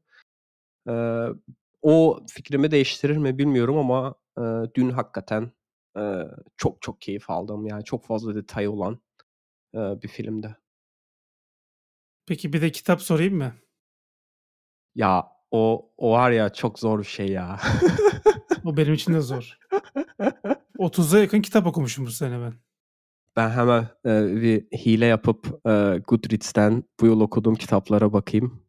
O fikrimi değiştirir mi bilmiyorum ama dün hakikaten çok çok keyif aldım. Yani çok fazla detayı olan bir filmdi. Peki bir de kitap sorayım mı? Ya o var ya çok zor bir şey ya. O benim için de zor. 30'a yakın kitap okumuşum bu sene ben. Ben hemen bir hile yapıp Goodreads'ten bu yıl okuduğum kitaplara bakayım.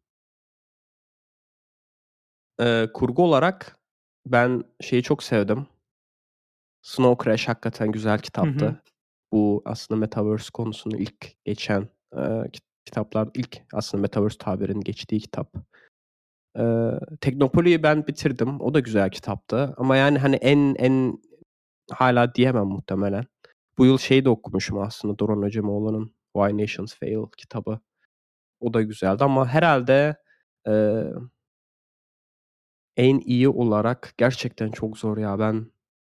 Kurgu olarak ben şeyi çok sevdim. Snow Crash hakikaten güzel kitaptı. Bu aslında Metaverse konusunu ilk geçen kitaplar, ilk aslında Metaverse tabirinin geçtiği kitap. Teknopoli'yi ben bitirdim. O da güzel kitaptı. Ama yani hani en hala diyemem muhtemelen. Bu yıl şeyi de okumuşum aslında Doron Öcemoğlu'nun Why Nations Fail kitabı. O da güzeldi ama herhalde en iyi olarak gerçekten çok zor ya. Ben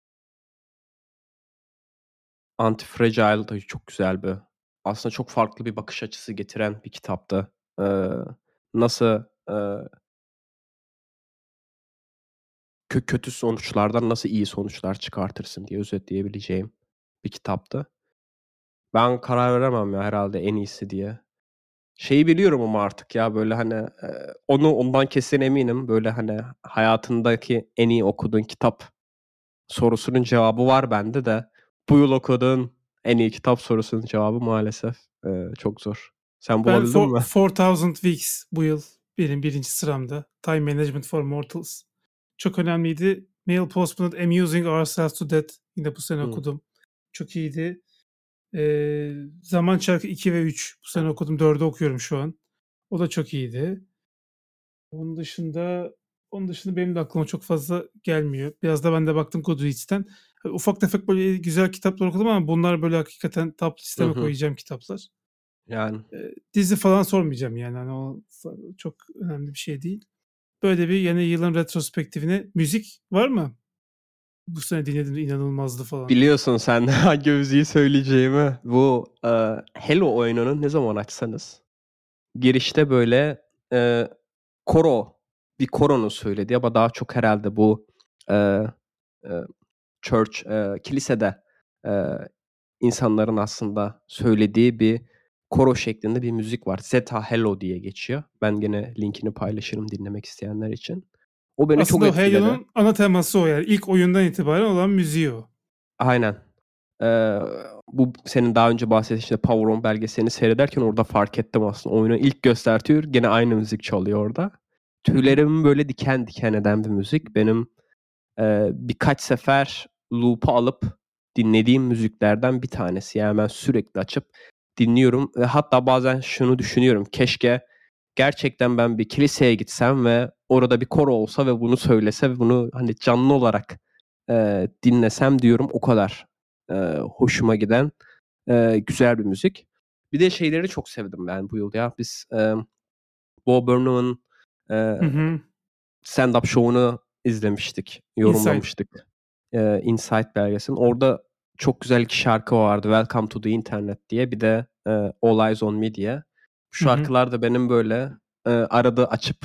Anti-Fragile da çok güzel bir aslında çok farklı bir bakış açısı getiren bir kitaptı. Nasıl kötü sonuçlardan nasıl iyi sonuçlar çıkartırsın diye özetleyebileceğim bir kitaptı. Ben karar veremem ya herhalde en iyisi diye. Şeyi biliyorum ama artık ya böyle hani ondan kesin eminim. Böyle hani hayatındaki en iyi okuduğun kitap sorusunun cevabı var bende de. Bu yıl okuduğun en iyi kitap sorusunun cevabı maalesef çok zor. Sen Ben bulabildin mi? 4000 Weeks bu yıl benim birinci sıramda. Time Management for Mortals. Çok önemliydi. Mail Postman'ın Amusing Ourselves to Death. Yine bu sene okudum. Çok iyiydi. Zaman Çarkı 2 ve 3. Bu sene okudum. 4'ü okuyorum şu an. O da çok iyiydi. Onun dışında benim de aklıma çok fazla gelmiyor. Biraz da ben de baktım Goodreads'ten. Ufak tefek böyle güzel kitaplar okudum ama bunlar böyle hakikaten top listeme koyacağım kitaplar. Yani. Dizi falan sormayacağım yani. Hani o çok önemli bir şey değil. Böyle bir yeni yılın retrospektifine müzik var mı? Bu sene dinledim inanılmazdı falan. Biliyorsun sen hangi müziği söyleyeceğimi. Bu Hello oyununu ne zaman açsanız girişte böyle bir koronun söylediği ama daha çok herhalde bu e, e, church, kilisede insanların aslında söylediği bir koro şeklinde bir müzik var. Zeta Hello diye geçiyor. Ben gene linkini paylaşırım dinlemek isteyenler için. O beni çok Aslında o etkiledi. Halo'nun ana teması o yani. İlk oyundan itibaren olan müziği o. Aynen. Bu senin daha önce bahsettiğin işte Power On belgeselini seyrederken orada fark ettim aslında. Oyunu ilk göstertiyor. Gene aynı müzik çalıyor orada. Tüylerimi böyle diken diken eden bir müzik. Benim birkaç sefer loop'a alıp dinlediğim müziklerden bir tanesi. Yani ben sürekli açıp dinliyorum. Ve hatta bazen şunu düşünüyorum. Keşke gerçekten ben bir kiliseye gitsem ve orada bir koro olsa ve bunu söylese ve bunu hani canlı olarak dinlesem diyorum. O kadar hoşuma giden güzel bir müzik. Bir de şeyleri çok sevdim ben bu yıl ya. Biz Bo Burnham'ın stand-up show'unu izlemiştik, Inside. yorumlamıştık. Inside belgeselin. Orada çok güzel iki şarkı vardı. Welcome to the Internet diye. Bir de All Eyes on Me diye. Bu şarkılar da benim böyle arada açıp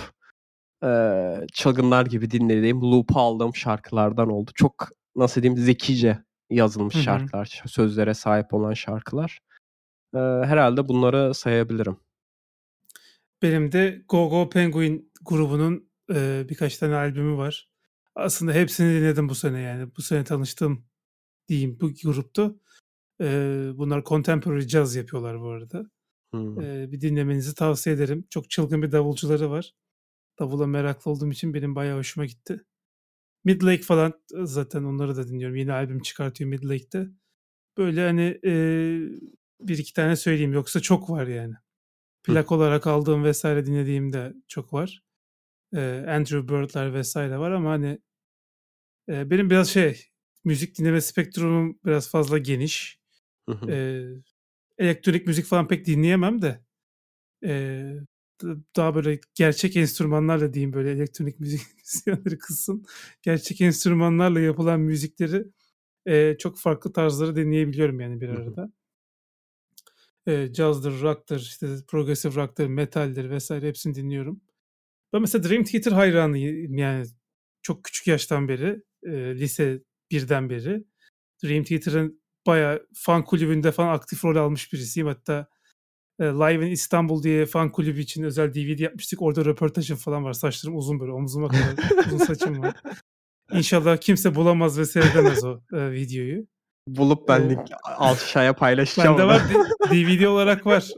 çılgınlar gibi dinlediğim, loop'a aldığım şarkılardan oldu. Çok nasıl diyeyim zekice yazılmış Hı hı. şarkılar, sözlere sahip olan şarkılar. Herhâlde bunları sayabilirim. Benim de Go Go Penguin grubunun, birkaç tane albümü var. Aslında hepsini dinledim bu sene yani. Bu sene tanıştığım diyeyim bu gruptu. Bunlar contemporary jazz yapıyorlar bu arada. Hımm. Bir dinlemenizi tavsiye ederim. Çok çılgın bir davulcuları var. Davula meraklı olduğum için benim bayağı hoşuma gitti. Midlake falan zaten onları da dinliyorum. Yeni albüm çıkartıyor Midlake'de. Böyle hani bir iki tane söyleyeyim yoksa çok var yani. Hıh. Plak olarak aldığım vesaire dinlediğim de çok var. Andrew Bird'ler vesaire var ama hani benim biraz müzik dinleme spektrumum biraz fazla geniş. Hı hı. Eee, elektronik müzik falan pek dinleyemem de eee, daha böyle gerçek enstrümanlarla diyeyim böyle elektronik müzik müzisyenleri kızsın. Gerçek enstrümanlarla yapılan müzikleri çok farklı tarzları dinleyebiliyorum yani bir Hı hı. arada. Cazdır, rock'tır, işte progressive rock'tır, metaldir vesaire hepsini dinliyorum. Ben mesela Dream Theater hayranıyım yani çok küçük yaştan beri, lise birden beri. Dream Theater'ın bayağı fan kulübünde falan aktif rol almış birisiyim. Hatta Live in İstanbul diye fan kulübü için özel DVD yapmıştık. Orada röportajım falan var. Saçlarım uzun böyle omzuma kadar uzun saçım var. İnşallah kimse bulamaz ve seyredemez o videoyu. Bulup ben Eee, link aşağıya paylaşacağım bende onu. var DVD olarak var.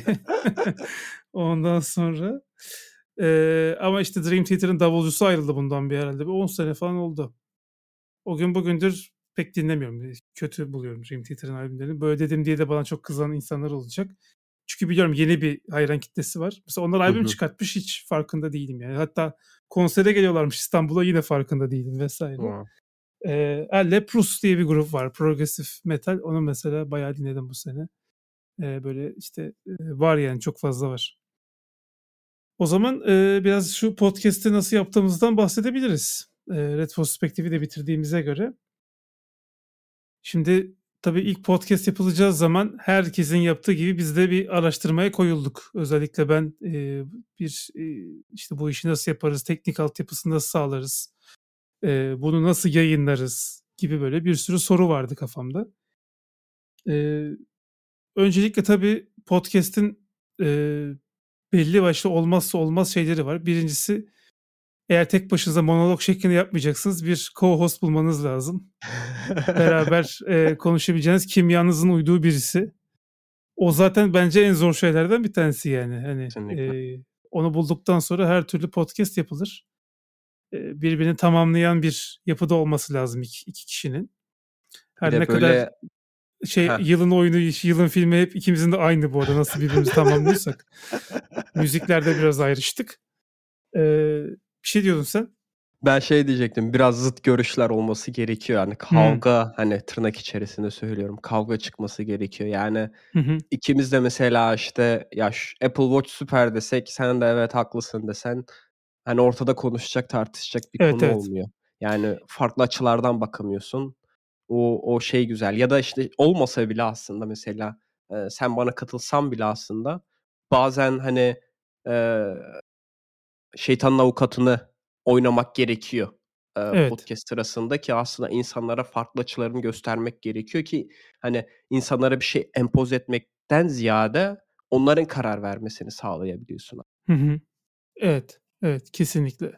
Ondan sonra ama işte Dream Theater'ın davulcusu ayrıldı bundan bir herhalde. Bir 10 sene falan oldu. O gün bugündür pek dinlemiyorum. Kötü buluyorum Dream Theater'ın albümlerini. Böyle dedim diye de bana çok kızan insanlar olacak. Çünkü biliyorum yeni bir hayran kitlesi var. Mesela onlar Hı albüm hı. çıkartmış hiç farkında değilim yani. Hatta konsere geliyorlarmış İstanbul'a yine farkında değilim vesaire. A! Leprous diye bir grup var. Progressive metal. Onu mesela bayağı dinledim bu sene. Böyle işte var yani çok fazla var. O zaman biraz şu podcast'i nasıl yaptığımızdan bahsedebiliriz. Retrospektifi de bitirdiğimize göre. Şimdi tabii ilk podcast yapılacağı zaman herkesin yaptığı gibi biz de bir araştırmaya koyulduk. Özellikle ben işte bu işi nasıl yaparız, teknik altyapısını nasıl sağlarız, bunu nasıl yayınlarız gibi böyle bir sürü soru vardı kafamda. Eee, öncelikle tabii podcast'in belli başlı olmazsa olmaz şeyleri var. Birincisi eğer tek başınıza monolog şeklinde yapmayacaksınız bir co-host bulmanız lazım. Beraber konuşabileceğiniz kimyanızın uyduğu birisi. O zaten bence en zor şeylerden bir tanesi yani. Hani, Kesinlikle. onu bulduktan sonra her türlü podcast yapılır. Birbirini tamamlayan bir yapıda olması lazım iki kişinin. Bir Her de ne kadar böyle Heh. yılın oyunu, yılın filmi hep ikimizin de aynı bu arada nasıl birbirimizi tamamlıyorsak. Müziklerde biraz ayrıştık. Bir şey diyordun sen? Ben şey diyecektim, biraz zıt görüşler olması gerekiyor. Yani Hımm. kavga, hani, tırnak içerisinde söylüyorum, kavga çıkması gerekiyor. Yani Hı hı. ikimiz de mesela, işte, ya, Apple Watch süper desek, sen de evet haklısın desen, hani, ortada konuşacak, tartışacak bir Evet, konu evet. olmuyor. Yani farklı açılardan bakamıyorsun. O şey güzel ya da, işte, olmasa bile aslında mesela, sen bana katılsan bile aslında bazen, hani, eee şeytanın avukatını oynamak gerekiyor, Evet. podcast sırasında ki aslında insanlara farklı açılarını göstermek gerekiyor ki, hani, insanlara bir şey empoze etmekten ziyade onların karar vermesini sağlayabiliyorsun. Hı hı. Evet, evet, kesinlikle.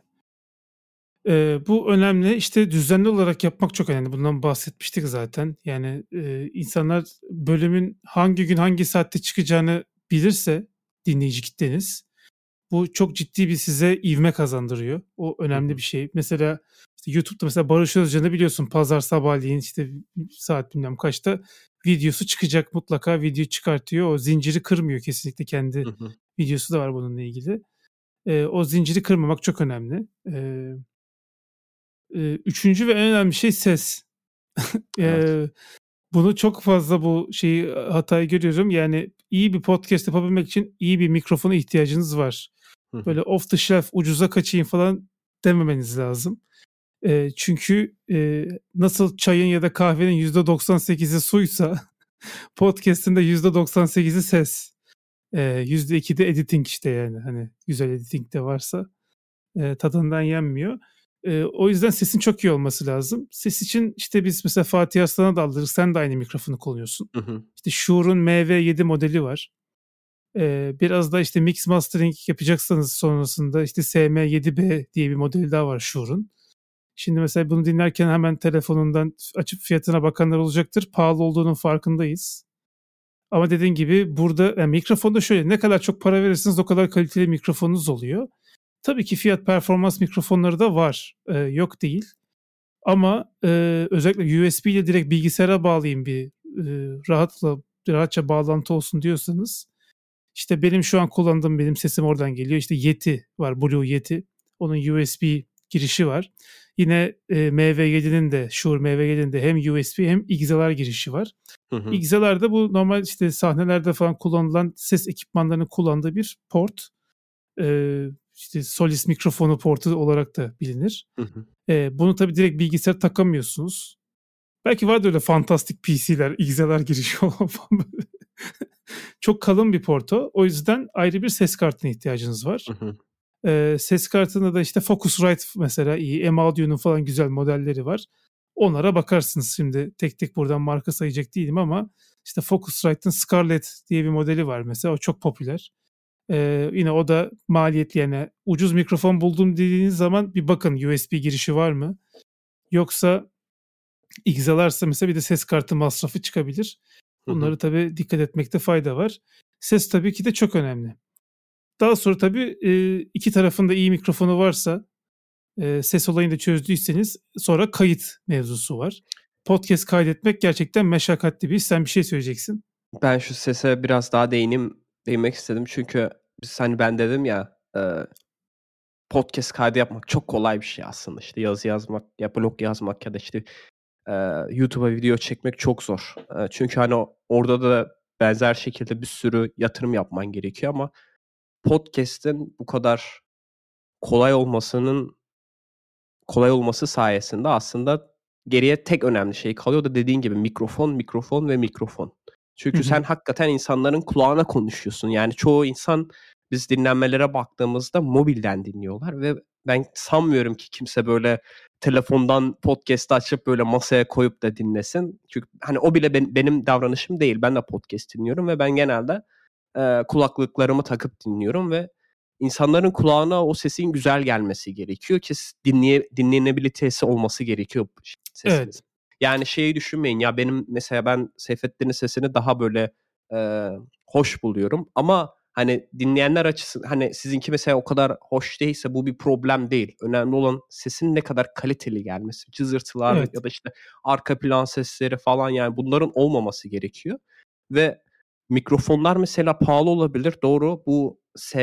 Bu önemli. İşte, düzenli olarak yapmak çok önemli. Bundan bahsetmiştik zaten. Yani, insanlar bölümün hangi gün, hangi saatte çıkacağını bilirse dinleyici kitleniz, bu çok ciddi bir size ivme kazandırıyor. O Hı önemli bir hı. şey. Mesela, işte, YouTube'da mesela Barış Özcan'ı biliyorsun pazar sabahleyin, işte, saat bilmem kaçta videosu çıkacak. Mutlaka video çıkartıyor. O zinciri kırmıyor kesinlikle. Hı Kendi hı. videosu da var bununla ilgili. O zinciri kırmamak çok önemli. 3'üncü ve en önemli şey ses. Evet. Eee, bunu çok fazla bu hatayı görüyorum. Yani iyi bir podcast yapabilmek için iyi bir mikrofona ihtiyacınız var. Hı hı. Böyle off the shelf ucuza kaçayım falan dememeniz lazım. Çünkü, nasıl çayın ya da kahvenin %98'i suysa podcast'in de %98'i ses. %2 de editing işte yani. Hani güzel editing de varsa, tadından yenmiyor. O yüzden sesin çok iyi olması lazım. Ses için işte biz mesela Fatih Arslan'a da aldırırız. Sen de aynı mikrofonu kullanıyorsun. İşte Shure'un MV7 modeli var. Biraz da işte mix mastering yapacaksanız sonrasında işte SM7B diye bir modeli daha var Shure'un. Şimdi mesela bunu dinlerken hemen telefonundan açıp fiyatına bakanlar olacaktır. Pahalı olduğunun farkındayız. Ama dediğin gibi burada yani mikrofonda şöyle, ne kadar çok para verirsiniz o kadar kaliteli mikrofonunuz oluyor. Tabii ki fiyat performans mikrofonları da var. Yok değil. Ama özellikle USB ile direkt bilgisayara bağlayayım, bir rahatça bağlantı olsun diyorsanız, işte benim şu an kullandığım, benim sesim oradan geliyor. İşte Yeti var, Blue Yeti. Onun USB girişi var. Yine MV7'nin de, Shure MV7'nin de hem USB hem XLR girişi var. XLR da bu normal işte sahnelerde falan kullanılan ses ekipmanlarının kullandığı bir port. İşte Solis mikrofonu portu olarak da bilinir. Bunu tabii direkt bilgisayara takamıyorsunuz. Belki vardı öyle fantastik PC'ler, XLR girişi olan falan. Çok kalın bir porto. O yüzden ayrı bir ses kartına ihtiyacınız var. Ses kartında da işte Focusrite mesela iyi. M-Audio'nun falan güzel modelleri var. Onlara bakarsınız şimdi. Tek tek buradan marka sayacak değilim ama işte Focusrite'ın Scarlett diye bir modeli var mesela. O çok popüler. Yine o da maliyetli, yani ucuz mikrofon buldum dediğiniz zaman bir bakın USB girişi var mı? Yoksa XLR'sa mesela bir de ses kartı masrafı çıkabilir. Bunları tabii dikkat etmekte fayda var. Ses tabii ki de çok önemli. Daha sonra tabii iki tarafında iyi mikrofonu varsa, ses olayını da çözdüyseniz sonra kayıt mevzusu var. Podcast kaydetmek gerçekten meşakkatli bir iş. Sen bir şey söyleyeceksin. Ben şu sese biraz daha değinmek istedim. Çünkü ben dedim ya, podcast kaydı yapmak çok kolay bir şey aslında. İşte yazı yazmak ya blog yazmak ya da işte YouTube'a video çekmek çok zor. Çünkü hani orada da benzer şekilde bir sürü yatırım yapman gerekiyor ama podcast'in bu kadar kolay olması sayesinde aslında geriye tek önemli şey kalıyor da dediğin gibi mikrofon ve mikrofon. Çünkü sen hakikaten insanların kulağına konuşuyorsun. Yani çoğu insan, biz dinlenmelere baktığımızda mobilden dinliyorlar ve ben sanmıyorum ki kimse böyle telefondan podcast açıp böyle masaya koyup da dinlesin. Çünkü hani o bile benim davranışım değil. Ben de podcast dinliyorum ve ben genelde kulaklıklarımı takıp dinliyorum ve insanların kulağına o sesin güzel gelmesi gerekiyor ki dinlenebilitesi olması gerekiyor sesiniz. Evet. Yani şeyi düşünmeyin ya, ben Seyfettin'in sesini daha böyle hoş buluyorum ama hani dinleyenler açısından hani sizinki mesela o kadar hoş değilse bu bir problem değil. Önemli olan sesin ne kadar kaliteli gelmesi. Cızırtılar Evet. ya da işte arka plan sesleri falan, yani bunların olmaması gerekiyor. Ve mikrofonlar mesela pahalı olabilir. Doğru. Bu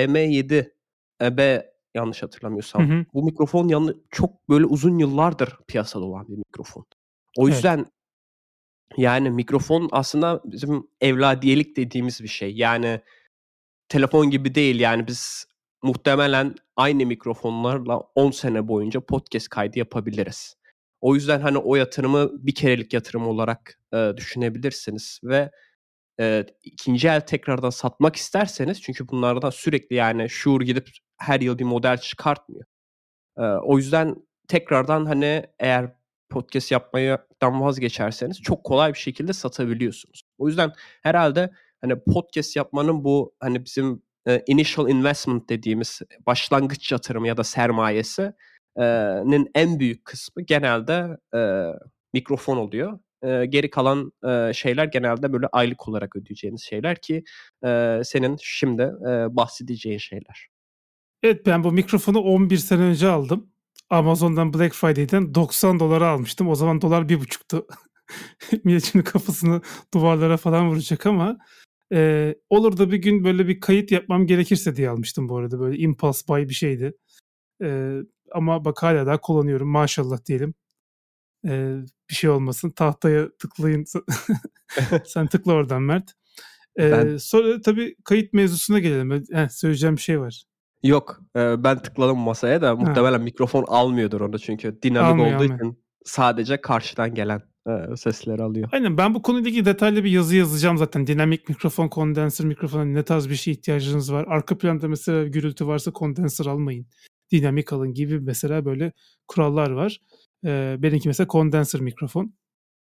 SM7B yanlış hatırlamıyorsam. Bu mikrofon çok böyle uzun yıllardır piyasada olan bir mikrofon. O Evet. yüzden yani mikrofon aslında bizim evladiyelik dediğimiz bir şey. Yani telefon gibi değil, yani biz muhtemelen aynı mikrofonlarla 10 sene boyunca podcast kaydı yapabiliriz. O yüzden hani o yatırımı bir kerelik yatırım olarak düşünebilirsiniz ve ikinci el tekrardan satmak isterseniz, çünkü bunlardan sürekli, yani Shure gidip her yıl bir model çıkartmıyor. O yüzden tekrardan hani eğer podcast yapmaktan vazgeçerseniz çok kolay bir şekilde satabiliyorsunuz. O yüzden herhalde hani podcast yapmanın bu hani bizim initial investment dediğimiz başlangıç yatırımı ya da sermayesi nin en büyük kısmı genelde mikrofon oluyor. Geri kalan şeyler genelde böyle aylık olarak ödeyeceğiniz şeyler ki senin şimdi bahsedeceğin şeyler. Evet, ben bu mikrofonu 11 sene önce aldım. Amazon'dan Black Friday'den $90 almıştım. O zaman dolar 1,5'tu. Millet şimdi kafasını duvarlara falan vuracak ama olur da bir gün böyle bir kayıt yapmam gerekirse diye almıştım bu arada. Böyle impulse buy bir şeydi. Ama bak hala daha kullanıyorum, maşallah diyelim. Bir şey olmasın. Tahtaya tıklayın. Sen tıkla oradan Mert. Ben Sonra tabii kayıt mevzusuna gelelim. Söyleyeceğim bir şey var. Yok, ben tıkladım masaya da Ha, muhtemelen mikrofon almıyordur onu, çünkü dinamik olduğu almıyor. için sadece karşıdan gelen sesleri alıyor. Aynen, ben bu konuyla ilgili detaylı bir yazı yazacağım zaten. Dinamik mikrofon, kondenser mikrofona ne tarz bir şeye ihtiyacınız var. Arka planda mesela gürültü varsa kondenser almayın. Dynamical'ın gibi mesela böyle kurallar var. Benimki mesela condenser mikrofon.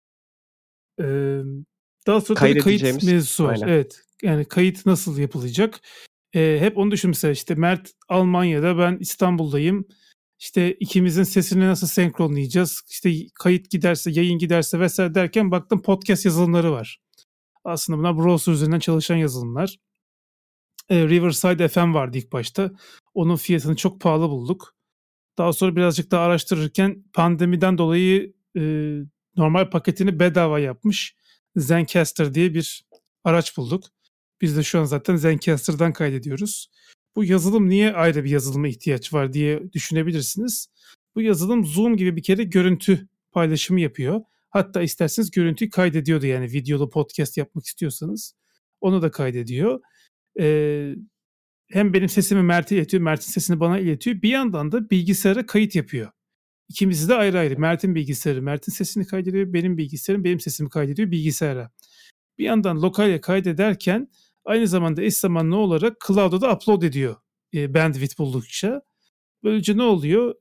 Daha sonra tabii kayıt Kaydedeceğimiz mevzusu var. aynen. Evet. Yani kayıt nasıl yapılacak? Hep onu düşün mesela işte Mert Almanya'da, ben İstanbul'dayım. İşte ikimizin sesini nasıl senkronlayacağız? İşte kayıt giderse, yayın giderse vesaire derken baktım podcast yazılımları var. Aslında bunlar browser üzerinden çalışan yazılımlar. Riverside FM vardı ilk başta. Onun fiyatını çok pahalı bulduk. Daha sonra birazcık daha araştırırken pandemiden dolayı normal paketini bedava yapmış Zencastr diye bir araç bulduk. Biz de şu an zaten Zencastr'dan kaydediyoruz. Bu yazılım niye ayrı bir yazılıma ihtiyaç var diye düşünebilirsiniz. Bu yazılım Zoom gibi bir kere görüntü paylaşımı yapıyor. Hatta isterseniz görüntüyü kaydediyordu, yani videolu podcast yapmak istiyorsanız onu da kaydediyor. Ee, Hem benim sesimi Mert'e iletiyor, Mert'in sesini bana iletiyor. Bir yandan da bilgisayara kayıt yapıyor. İkimizi de ayrı ayrı. Mert'in bilgisayarı Mert'in sesini kaydediyor, benim bilgisayarım benim sesimi kaydediyor bilgisayara. Bir yandan lokalya kaydederken aynı zamanda eş zamanlı olarak cloud'a da upload ediyor bandwidth buldukça. Böylece ne oluyor?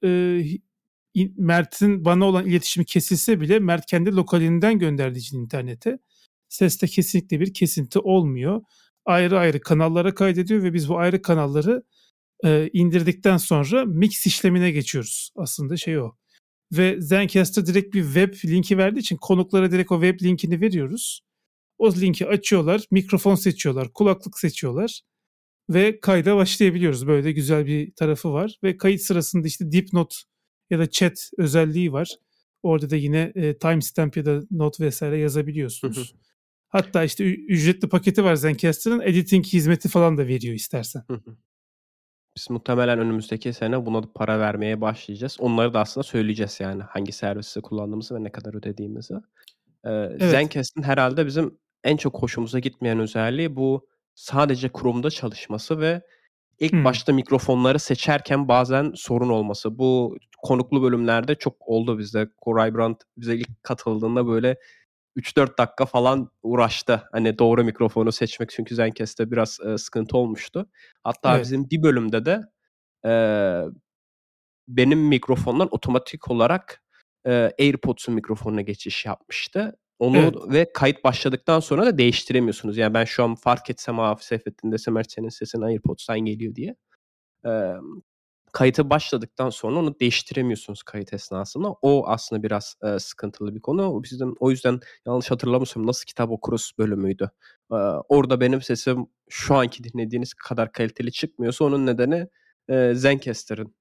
Mert'in bana olan iletişimi kesilse bile Mert kendi lokalinden gönderdiği için internete seste kesinlikle bir kesinti olmuyor. Ayrı ayrı kanallara kaydediyor ve biz bu ayrı kanalları indirdikten sonra mix işlemine geçiyoruz. Aslında şey o. Ve Zencastr direkt bir web linki verdiği için konuklara direkt o web linkini veriyoruz. O linki açıyorlar, mikrofon seçiyorlar, kulaklık seçiyorlar ve kayda başlayabiliyoruz. Böyle de güzel bir tarafı var ve kayıt sırasında işte dipnot ya da chat özelliği var. Orada da yine timestamp ya da not vesaire yazabiliyorsunuz. Hatta işte ücretli paketi var Zencastr'ın, editing hizmeti falan da veriyor istersen. Biz muhtemelen önümüzdeki sene buna da para vermeye başlayacağız. Onları da aslında söyleyeceğiz yani hangi servisi kullandığımızı ve ne kadar ödediğimizi. Evet. Zencast'ın herhâlde bizim en çok hoşumuza gitmeyen özelliği bu sadece Chrome'da çalışması ve ilk başta mikrofonları seçerken bazen sorun olması. Bu konuklu bölümlerde çok oldu bizde. Koray Brand bize ilk katıldığında böyle 3-4 dakika falan uğraştı. Hani doğru mikrofonu seçmek çünkü Zencast'te biraz, sıkıntı olmuştu. Hatta Evet. bizim bir bölümde de, eee, benim mikrofondan otomatik olarak, AirPods'un mikrofonuna geçiş yapmıştı. Onu Evet. ve kayıt başladıktan sonra da değiştiremiyorsunuz. Yani ben şu an fark etsem, Seyfettin desem, "Mert senin sesin AirPods'tan geliyor." diye. Emm, Kayıta başladıktan sonra onu değiştiremiyorsunuz kayıt esnasında. O aslında biraz, sıkıntılı bir konu. O yüzden yanlış hatırlamıyorsam Nasıl Kitap Okuruz bölümüydü. Orada benim sesim şu anki dinlediğiniz kadar kaliteli çıkmıyorsa onun nedeni, Zencastr'ın,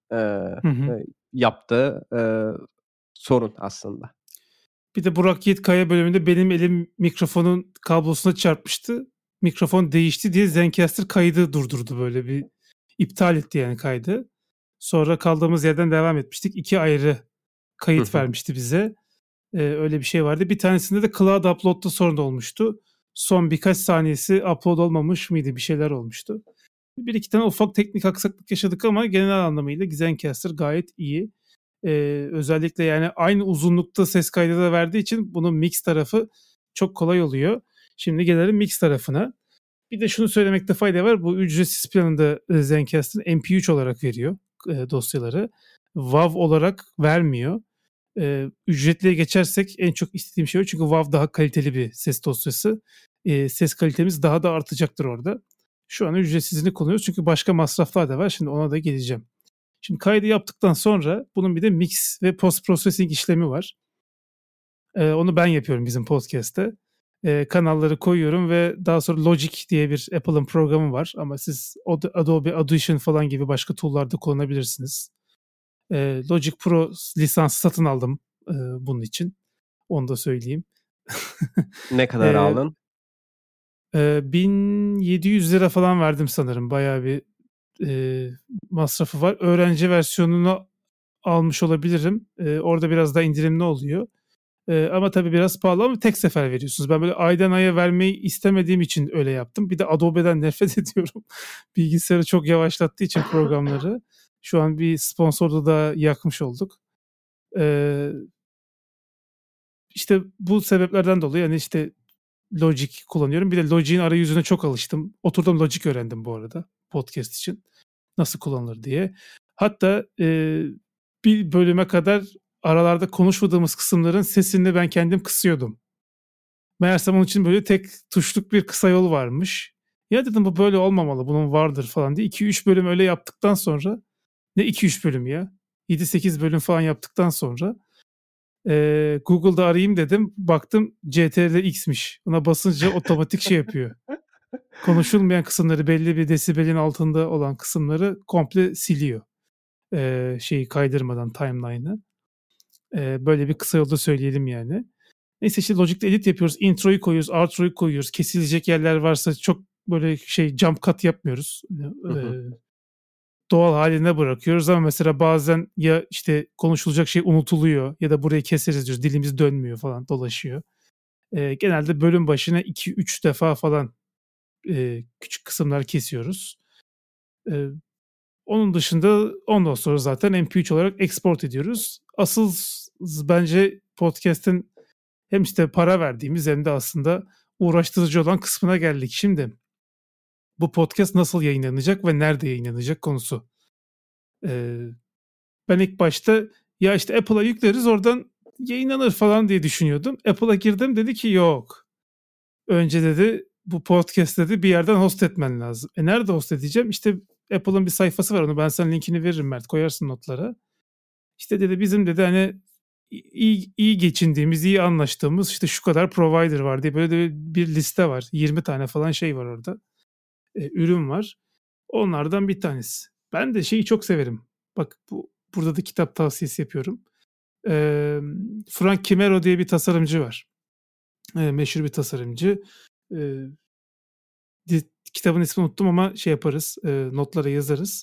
yaptığı, sorun aslında. Bir de Burak Yiğitkaya bölümünde benim elim mikrofonun kablosuna çarpmıştı. Mikrofon değişti diye Zencastr kaydı durdurdu, böyle bir iptal etti yani kaydı. Sonra kaldığımız yerden devam etmiştik. 2 ayrı Hı kayıt hı. vermişti bize. Öyle bir şey vardı. Bir tanesinde de cloud upload'da sorun olmuştu. Son birkaç saniyesi upload olmamış mıydı? Bir şeyler olmuştu. Bir iki tane ufak teknik aksaklık yaşadık ama genel anlamıyla Zencastr gayet iyi. Özellikle yani aynı uzunlukta ses kaydı da verdiği için bunun mix tarafı çok kolay oluyor. Şimdi gelelim mix tarafına. Bir de şunu söylemekte fayda var. Bu ücretsiz planında Zencastr'ın MP3 olarak veriyor dosyaları. WAV olarak vermiyor. Ücretliye geçersek en çok istediğim şey o. Çünkü WAV daha kaliteli bir ses dosyası. Ses kalitemiz daha da artacaktır orada. Şu an ücretsizini kullanıyoruz çünkü başka masraflar da var. Şimdi ona da geleceğim. Şimdi kaydı yaptıktan sonra bunun bir de mix ve post processing işlemi var. Onu ben yapıyorum bizim podcast'te. Kanalları koyuyorum ve daha sonra Logic diye bir Apple'ın programı var. Ama siz Adobe Audition falan gibi başka tool'larda kullanabilirsiniz. Logic Pro lisansı satın aldım bunun için. Onu da söyleyeyim. Ne kadar Eee aldın? 1.700 lira falan verdim sanırım. Bayağı bir masrafı var. Öğrenci versiyonunu almış olabilirim. Orada biraz daha indirimli oluyor. Ama tabii biraz pahalı ama tek sefer veriyorsunuz. Ben böyle aydan aya vermeyi istemediğim için öyle yaptım. Bir de Adobe'den nefret ediyorum. Bilgisayarı çok yavaşlattığı için programları. Şu an bir sponsorda da yakmış olduk. Eee işte bu sebeplerden dolayı yani işte Logic kullanıyorum. Bir de Logic'in arayüzüne çok alıştım. Oturdum Logic öğrendim bu arada podcast için. Nasıl kullanılır diye. Hatta bir bölüme kadar aralarda konuşmadığımız kısımların sesini ben kendim kısıyordum. Meğersem onun için böyle tek tuşluk bir kısa yol varmış. Ya dedim bu böyle olmamalı, bunun vardır falan diye. 2-3 bölüm öyle yaptıktan sonra, ne 2-3 bölüm ya? 7-8 bölüm falan yaptıktan sonra Google'da arayayım dedim. Baktım CTRL-X'miş. Ona basınca otomatik şey yapıyor. Konuşulmayan kısımları, belli bir desibelin altında olan kısımları komple siliyor. Şeyi kaydırmadan timeline'ı. Böyle bir kısa yolda söyleyelim yani. Neyse işte Logic'te edit yapıyoruz. Introyu koyuyoruz, outro'yu koyuyoruz. Kesilecek yerler varsa çok böyle jump cut yapmıyoruz. Doğal haline bırakıyoruz ama mesela bazen ya işte konuşulacak şey unutuluyor ya da burayı keseriz diyoruz. Dilimiz dönmüyor falan, dolaşıyor. Genelde bölüm başına 2-3 defa falan küçük kısımlar kesiyoruz. Onun dışında ondan sonra zaten MP3 olarak export ediyoruz. Asıl bence podcast'in hem işte para verdiğimiz hem de aslında uğraştırıcı olan kısmına geldik. Şimdi bu podcast nasıl yayınlanacak ve nerede yayınlanacak konusu. Ben ilk başta ya işte Apple'a yükleriz oradan yayınlanır falan diye düşünüyordum. Apple'a girdim, dedi ki yok. Önce dedi bu podcast dedi bir yerden host etmen lazım. Nerede host edeceğim? İşte Apple'ın bir sayfası var, onu ben sana linkini veririm Mert, koyarsın notlara. İşte dedi bizim dedi hani iyi geçindiğimiz, iyi anlaştığımız işte şu kadar provider var diye böyle de bir liste var. 20 tane falan şey var orada. Ürün var. Onlardan bir tanesi. Ben de şeyi çok severim. Bak burada da kitap tavsiyesi yapıyorum. Frank Kimero diye bir tasarımcı var. Meşhur bir tasarımcı. Kitabın ismini unuttum ama şey yaparız. Notlara yazarız.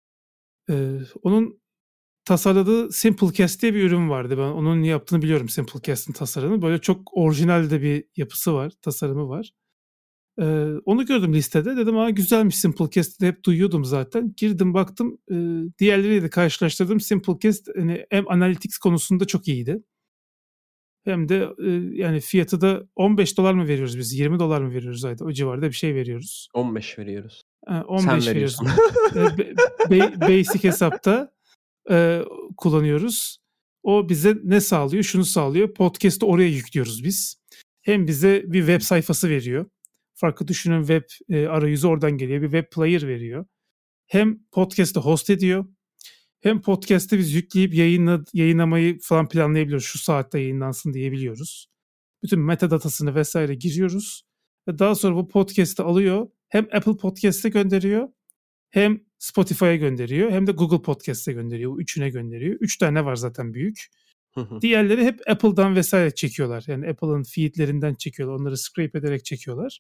Onun tasarladığı Simplecast diye bir ürün vardı. Ben onun yaptığını biliyorum, Simplecast'ın tasarımını. Böyle çok orijinal de bir yapısı var, tasarımı var. Onu gördüm listede. Dedim güzelmiş Simplecast'ı, hep duyuyordum zaten. Girdim baktım, diğerleriyle de karşılaştırdım. Simplecast hani hem analytics konusunda çok iyiydi. Hem de yani fiyatı da $15 mı veriyoruz biz? $20 mı veriyoruz ayda? O civarda bir şey veriyoruz. 15 veriyoruz. 15 Sen veriyoruz. veriyorsun. Basic hesapta kullanıyoruz. O bize ne sağlıyor? Şunu sağlıyor. Podcast'ı oraya yüklüyoruz biz. Hem bize bir web sayfası veriyor. Farklı düşünün, web arayüzü oradan geliyor. Bir web player veriyor. Hem podcast'ı host ediyor. Hem podcast'ı biz yükleyip yayınlamayı falan planlayabiliyoruz. Şu saatte yayınlansın diyebiliyoruz. Bütün metadatasını vesaire giriyoruz. Ve daha sonra bu podcast'ı alıyor. Hem Apple Podcast'e gönderiyor. Hem Spotify'a gönderiyor. Hem de Google Podcast'e gönderiyor. Bu üçüne gönderiyor. 3 tane var zaten büyük. Diğerleri hep Apple'dan vesaire çekiyorlar. Yani Apple'ın feedlerinden çekiyorlar. Onları scrape ederek çekiyorlar.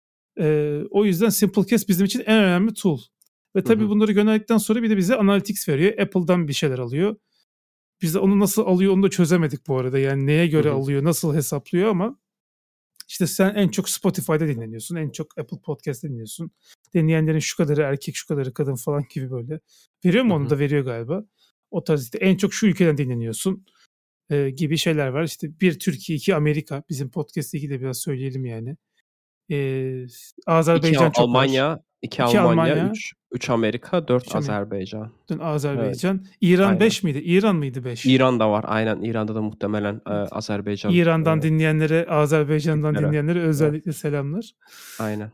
O yüzden Simplecast bizim için en önemli tool. Ve tabii bunları gönderdikten sonra bir de bize analytics veriyor. Apple'dan bir şeyler alıyor. Biz de onu nasıl alıyor onu da çözemedik bu arada. Yani neye göre alıyor, nasıl hesaplıyor ama işte sen en çok Spotify'da dinleniyorsun. En çok Apple Podcast'ta dinliyorsun. Dinleyenlerin şu kadarı erkek, şu kadarı kadın falan gibi böyle. Veriyor mu? Onu da veriyor galiba. O tarz işte en çok şu ülkeden dinleniyorsun gibi şeyler var. İşte 1 Türkiye, 2 Amerika. Bizim podcast'te de biraz söyleyelim yani. Azerbaycan çok Almanya, var. 2 Almanya, 3 Amerika, 4 3 Azerbaycan. Azerbaycan. Evet. İran Aynen. 5 miydi? İran mıydı 5? İran da var. Aynen. İran'da da muhtemelen Azerbaycan. İran'dan dinleyenlere, Azerbaycan'dan dinleyenlere özellikle selamlar. Aynen.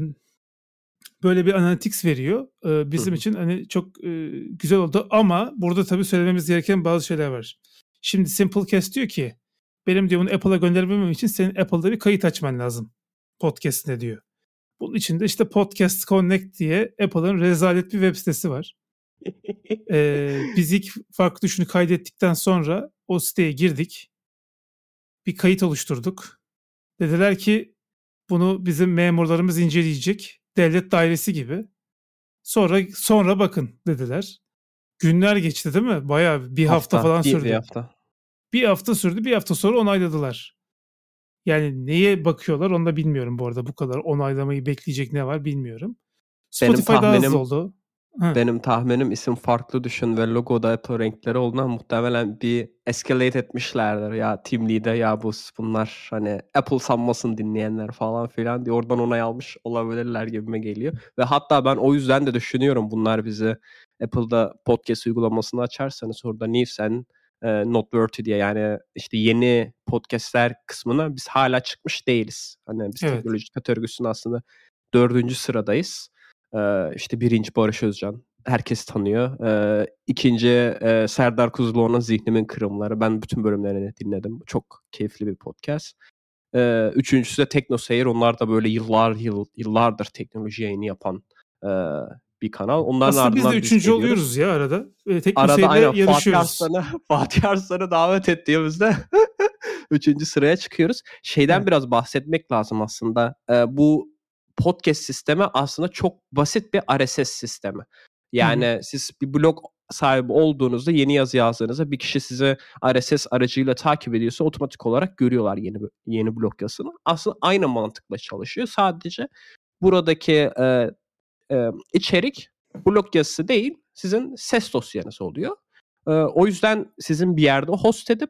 Böyle bir analytics veriyor. Bizim için hani çok güzel oldu ama burada tabii söylememiz gereken bazı şeyler var. Şimdi Simplecast diyor ki benim diyor bunu Apple'a göndermem için senin Apple'da bir kayıt açman lazım podcast'ine diyor. Bunun için de işte Podcast Connect diye Apple'ın rezalet bir web sitesi var. Biz ilk farklı düşünü kaydettikten sonra o siteye girdik. Bir kayıt oluşturduk. Dediler ki bunu bizim memurlarımız inceleyecek. Devlet dairesi gibi. Sonra bakın dediler. Günler geçti değil mi? Bayağı bir hafta falan sürdü. Bir hafta. Bir hafta sürdü. Bir hafta sonra onayladılar. Yani neye bakıyorlar onu da bilmiyorum bu arada. Bu kadar onaylamayı bekleyecek ne var bilmiyorum. Spotify daha hızlı oldu. Benim tahminim isim farklı düşün ve logoda Apple renkleri olduğundan muhtemelen bir escalate etmişlerdir. Ya Team Lead'e ya bunlar hani Apple sanmasın dinleyenler falan filan diye oradan onay almış olabilirler gibime geliyor. Ve hatta ben o yüzden de düşünüyorum bunlar bizi Apple'da podcast uygulamasını açarsanız orada News and Noteworthy diye, yani işte yeni podcastler kısmına biz hala çıkmış değiliz. Hani biz teknoloji kategorisinin aslında 4. sıradayız. İşte 1. Barış Özcan. Herkes tanıyor. 2. Serdar Kuzuloğlu'nun Zihnimin Kırımları. Ben bütün bölümlerini dinledim. Çok keyifli bir podcast. 3.'sü de TeknoSeyir. Onlar da böyle yıllardır teknoloji yayını yapan bir kanal. Onların aslında biz de ardından 3. oluyoruz ya arada. TeknoSeyir'le aynen yarışıyoruz. Fatih Arslan'ı davet ettiğimizde 3. sıraya çıkıyoruz. Şeyden biraz bahsetmek lazım aslında. Bu podcast sistemi aslında çok basit bir RSS sistemi. Yani siz bir blog sahibi olduğunuzda, yeni yazı yazdığınızda bir kişi size RSS aracıyla takip ediyorsa otomatik olarak görüyorlar yeni blog yazısını. Aslında aynı mantıkla çalışıyor. Sadece buradaki içerik blog yazısı değil, sizin ses dosyanız oluyor. O yüzden sizin bir yerde host edip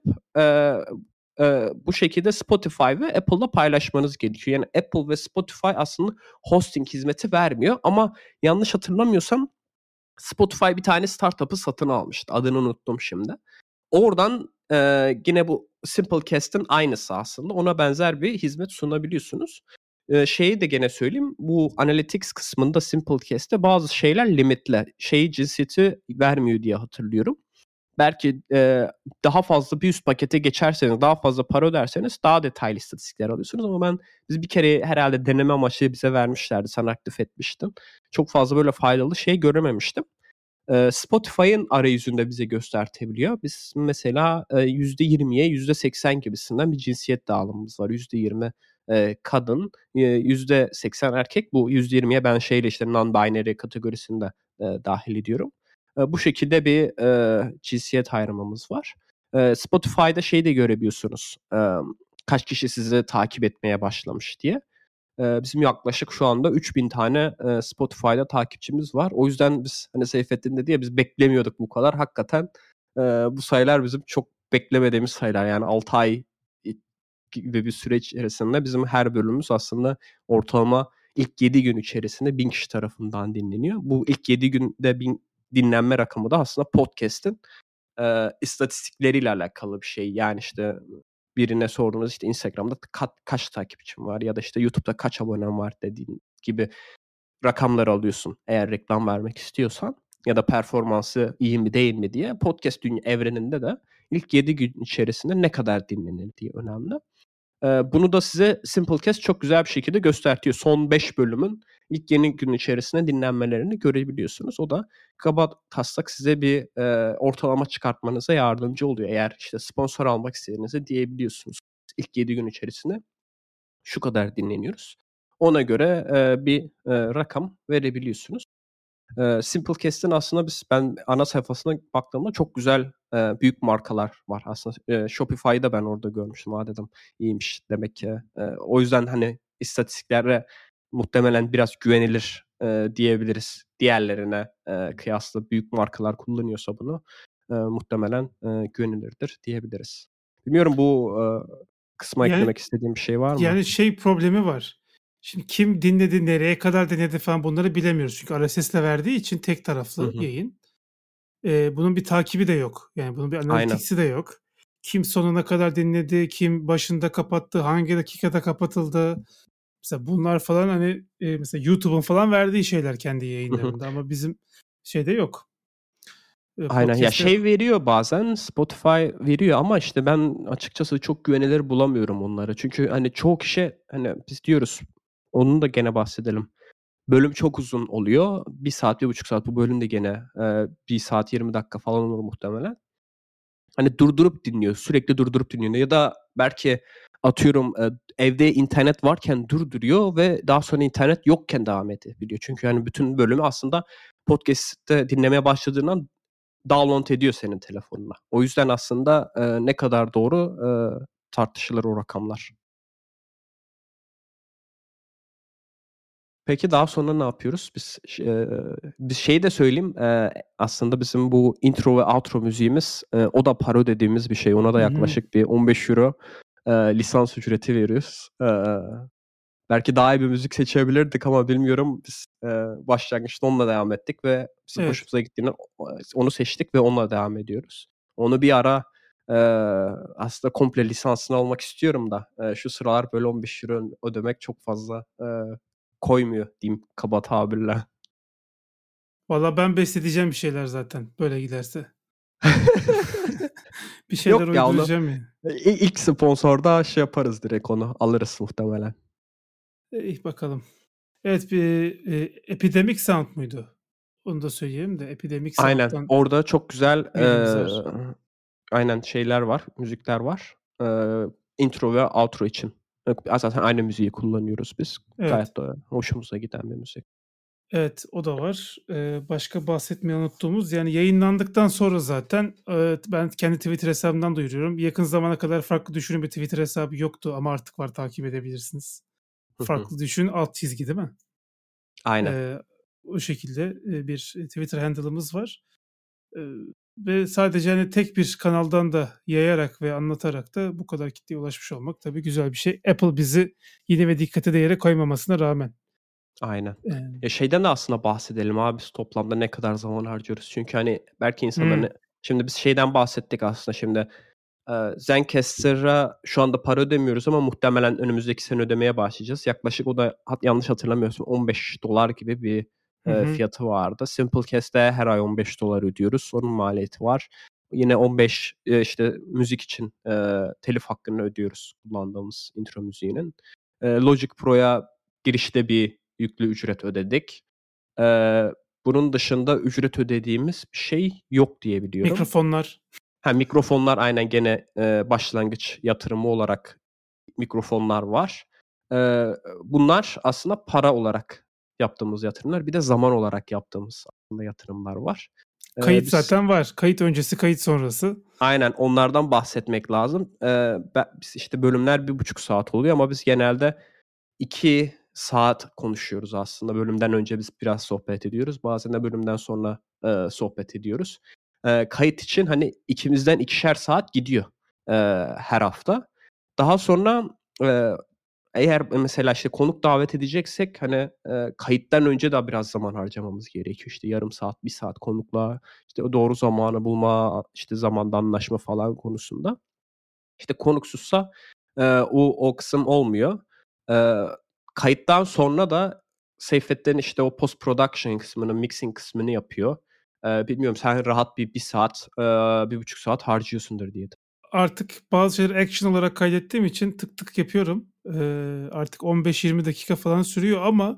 bu şekilde Spotify ve Apple'la paylaşmanız gerekiyor. Yani Apple ve Spotify aslında hosting hizmeti vermiyor ama yanlış hatırlamıyorsam Spotify bir tane startup'ı satın almıştı. Adını unuttum şimdi. Oradan yine bu Simplecast'ın aynısı aslında. Ona benzer bir hizmet sunabiliyorsunuz. Şeyi de gene söyleyeyim. Bu analytics kısmında Simplecast'te bazı şeyler limitli. Cinsiyeti vermiyor diye hatırlıyorum. Belki daha fazla bir üst pakete geçerseniz, daha fazla para öderseniz daha detaylı istatistikler alıyorsunuz. Ama biz bir kere herhalde deneme amaçlı bize vermişlerdi. Sen aktif etmiştin. Çok fazla böyle faydalı şey görememiştim. Spotify'ın arayüzünde bize göstertebiliyor. Biz mesela %20'ye %80 gibisinden bir cinsiyet dağılımımız var. %20 kadın, %80 erkek. Bu %20'ye ben işte non-binary kategorisinde dahil ediyorum. Bu şekilde bir cinsiyet ayrımımız var. Spotify'da de görebiliyorsunuz. Kaç kişi sizi takip etmeye başlamış diye. Bizim yaklaşık şu anda 3000 tane Spotify'da takipçimiz var. O yüzden biz, hani Seyfettin dedi ya, biz beklemiyorduk bu kadar. Hakikaten bu sayılar bizim çok beklemediğimiz sayılar. Yani 6 ay gibi bir süreç içerisinde bizim her bölümümüz aslında ortalama ilk 7 gün içerisinde 1000 kişi tarafından dinleniyor. Bu ilk 7 günde 1000 dinlenme rakamı da aslında podcast'in istatistikleriyle alakalı bir şey. Yani işte birine sorduğunuz işte Instagram'da kaç takipçim var ya da işte YouTube'da kaç abonem var dediğin gibi rakamları alıyorsun eğer reklam vermek istiyorsan ya da performansı iyi mi değil mi diye. Podcast evreninde de ilk 7 gün içerisinde ne kadar dinlenildiği önemli. Bunu da size Simplecast çok güzel bir şekilde göstertiyor. Son 5 bölümün ilk yeni gün içerisinde dinlenmelerini görebiliyorsunuz. O da kaba taslak size bir ortalama çıkartmanıza yardımcı oluyor. Eğer işte sponsor almak istediğinizde diyebiliyorsunuz. İlk 7 gün içerisinde şu kadar dinleniyoruz. Ona göre bir rakam verebiliyorsunuz. Simplecast'in aslında ben ana sayfasına baktığımda çok güzel büyük markalar var aslında. Shopify'ı da ben orada görmüştüm. Dedim iyiymiş demek ki. O yüzden hani istatistiklere muhtemelen biraz güvenilir diyebiliriz. Diğerlerine kıyasla büyük markalar kullanıyorsa bunu muhtemelen güvenilirdir diyebiliriz. Bilmiyorum, bu kısma eklemek istediğim bir şey var mı? Yani problemi var. Şimdi kim dinledi, nereye kadar dinledi falan bunları bilemiyoruz. Çünkü RSS'le verdiği için tek taraflı yayın. Bunun bir takibi de yok. Yani bunun bir analytics'i de yok. Kim sonuna kadar dinledi, kim başında kapattı, hangi dakikada kapatıldı. Mesela bunlar falan hani mesela YouTube'un falan verdiği şeyler kendi yayınlarında ama bizim şeyde yok. Aynen ya, veriyor bazen, Spotify veriyor ama işte ben açıkçası çok güvenilir bulamıyorum onları. Çünkü hani çoğu kişi, hani biz diyoruz, onun da gene bahsedelim. Bölüm çok uzun oluyor. 1 saat, 1,5 saat. Bu bölüm de gene 1 saat 20 dakika falan olur muhtemelen. Hani durdurup dinliyor. Sürekli durdurup dinliyor. Ya da belki atıyorum evde internet varken durduruyor ve daha sonra internet yokken devam edebiliyor. Çünkü hani bütün bölümü aslında podcast'te dinlemeye başladığından download ediyor senin telefonuna. O yüzden aslında ne kadar doğru tartışılır o rakamlar. Peki daha sonra ne yapıyoruz? Biz şeyi de söyleyeyim. Aslında bizim bu intro ve outro müziğimiz o da parodi dediğimiz bir şey. Ona da yaklaşık bir €15 lisans ücreti veriyoruz. Belki daha iyi bir müzik seçebilirdik ama bilmiyorum. Biz başlangıçta onunla devam ettik ve bizim Evet. hoşumuza gittiğinden onu seçtik ve onunla devam ediyoruz. Onu bir ara aslında komple lisansını almak istiyorum da şu sıralar böyle 15 euro ödemek çok fazla koymuyor diyeyim kaba tabirle. Valla ben besledeceğim bir şeyler zaten böyle giderse. Bir şeyler Yok ya, onu uyduracağım yani. ilk sponsorda şey yaparız, direkt onu alırız muhtemelen. İyi bakalım. Evet, bir Epidemic Sound muydu? Onu da söyleyeyim de Epidemic Aynen. Sound'dan Orada çok güzel üyeliğimiz var. aynen şeyler var, müzikler var. Intro ve outro için. Zaten aynı müziği kullanıyoruz biz. Evet. Gayet de hoşumuza giden bir müzik. Evet, o da var. Başka bahsetmeyi unuttuğumuz, yani yayınlandıktan sonra zaten ben kendi Twitter hesabımdan duyuruyorum. Yakın zamana kadar Farklı Düşün'ün bir Twitter hesabı yoktu ama artık var, takip edebilirsiniz. Farklı Düşün alt çizgi değil mi? Aynen. O şekilde bir Twitter handle'ımız var. Ve sadece hani tek bir kanaldan da yayarak ve anlatarak da bu kadar kitleye ulaşmış olmak tabii güzel bir şey. Apple bizi yine ve dikkate değere koymamasına rağmen. Aynen. Eee Ya şeyden de aslında bahsedelim abi, biz toplamda ne kadar zaman harcıyoruz? Çünkü hani belki insanların şimdi biz şeyden bahsettik aslında şimdi. Zencastr'a şu anda para ödemiyoruz ama muhtemelen önümüzdeki sene ödemeye başlayacağız. Yaklaşık o da yanlış hatırlamıyorsam $15 gibi bir fiyatı vardı. Simplecast'e her ay $15 ödüyoruz. Onun maliyeti var. Yine 15 işte müzik için telif hakkını ödüyoruz kullandığımız intro müziğinin. Logic Pro'ya girişte bir yüklü ücret ödedik. Bunun dışında ücret ödediğimiz bir şey yok diye biliyorum. Mikrofonlar. Mikrofonlar aynen gene başlangıç yatırımı olarak mikrofonlar var. Bunlar aslında para olarak yaptığımız yatırımlar. Bir de zaman olarak yaptığımız aslında yatırımlar var. Kayıt Biz zaten var. Kayıt öncesi, kayıt sonrası. aynen onlardan bahsetmek lazım. Biz işte bölümler 1,5 saat oluyor ama biz genelde 2 saat konuşuyoruz aslında. Bölümden önce biz biraz sohbet ediyoruz. Bazen de bölümden sonra sohbet ediyoruz. Kayıt için hani ikimizden 2'şer saat gidiyor her hafta. Daha sonra eğer mesela işte konuk davet edeceksek hani kayıttan önce de biraz zaman harcamamız gerekiyor. İşte yarım saat, 1 saat konukla işte o doğru zamanı bulma, işte zamanda anlaşma falan konusunda. İşte konuksuzsa o kısım olmuyor. Kayıttan sonra da Seyfettin işte o post production kısmını, mixing kısmını yapıyor. Bilmiyorum, sen rahat bir saat, 1,5 saat harcıyorsundur diye. Artık bazı şeyleri action olarak kaydettiğim için tık tık yapıyorum. Artık 15-20 dakika falan sürüyor ama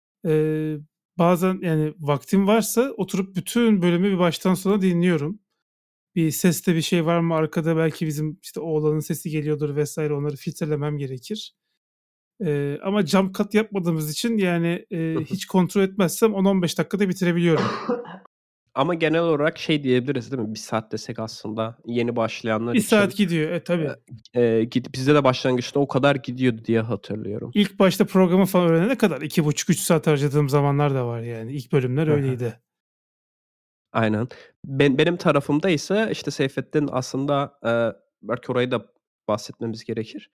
bazen yani vaktim varsa oturup bütün bölümü bir baştan sona dinliyorum. Bir seste bir şey var mı arkada, belki bizim işte oğlanın sesi geliyordur vesaire, onları filtrelemem gerekir. Ama jump cut yapmadığımız için yani hiç kontrol etmezsem 10-15 dakikada bitirebiliyorum. Ama genel olarak şey diyebiliriz değil mi? 1 saat desek aslında yeni başlayanlar 1 için saat gidiyor. Tabii. bizde de başlangıçta o kadar gidiyordu diye hatırlıyorum. İlk başta programı falan öğrenene kadar 2,5-3 saat harcadığım zamanlar da var yani. İlk bölümler öyleydi. Aynen. Benim tarafımda ise işte Seyfettin aslında belki orayı da bahsetmemiz gerekir.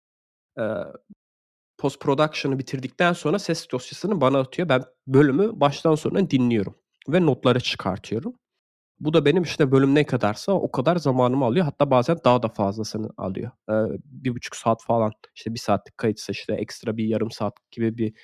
Post production'ı bitirdikten sonra ses dosyasını bana atıyor. Ben bölümü baştan sona dinliyorum ve notları çıkartıyorum. Bu da benim işte bölüm ne kadarsa o kadar zamanımı alıyor. Hatta bazen daha da fazlasını alıyor. 1,5 saat falan, işte 1 saatlik kayıtsa işte ekstra bir yarım saat gibi bir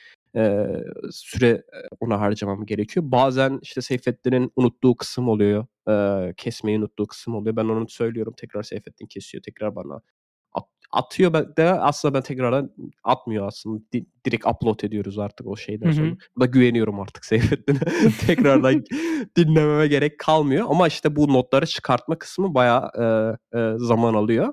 süre ona harcamam gerekiyor. Bazen işte Seyfettin'in unuttuğu kısım oluyor. Kesmeyi unuttuğu kısım oluyor. Ben onu söylüyorum. Tekrar Seyfettin kesiyor. Tekrar bana atıyor. Ben tekrardan atmıyor aslında. Direkt upload ediyoruz artık o şeyden sonra. Bu da güveniyorum artık Seyfettin'e. Tekrardan dinlememe gerek kalmıyor. Ama işte bu notları çıkartma kısmı bayağı zaman alıyor.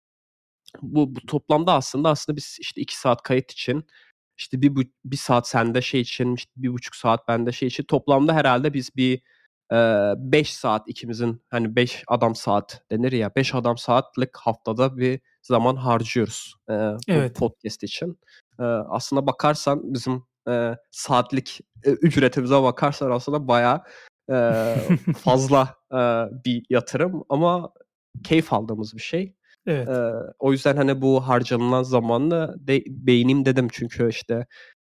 Bu toplamda aslında biz işte 2 saat kayıt için, işte 1 saat sende şey için, işte 1,5 saat bende şey için, toplamda herhalde biz bir 5 saat ikimizin, hani 5 adam saat denir ya, 5 adam saatlik haftada bir zaman harcıyoruz bu Evet. podcast için. Aslında bakarsan bizim saatlik ücretimize bakarsan aslında bayağı fazla bir yatırım ama keyif aldığımız bir şey. Evet. O yüzden hani bu harcanılan zamanla beğeneyim dedim. Çünkü işte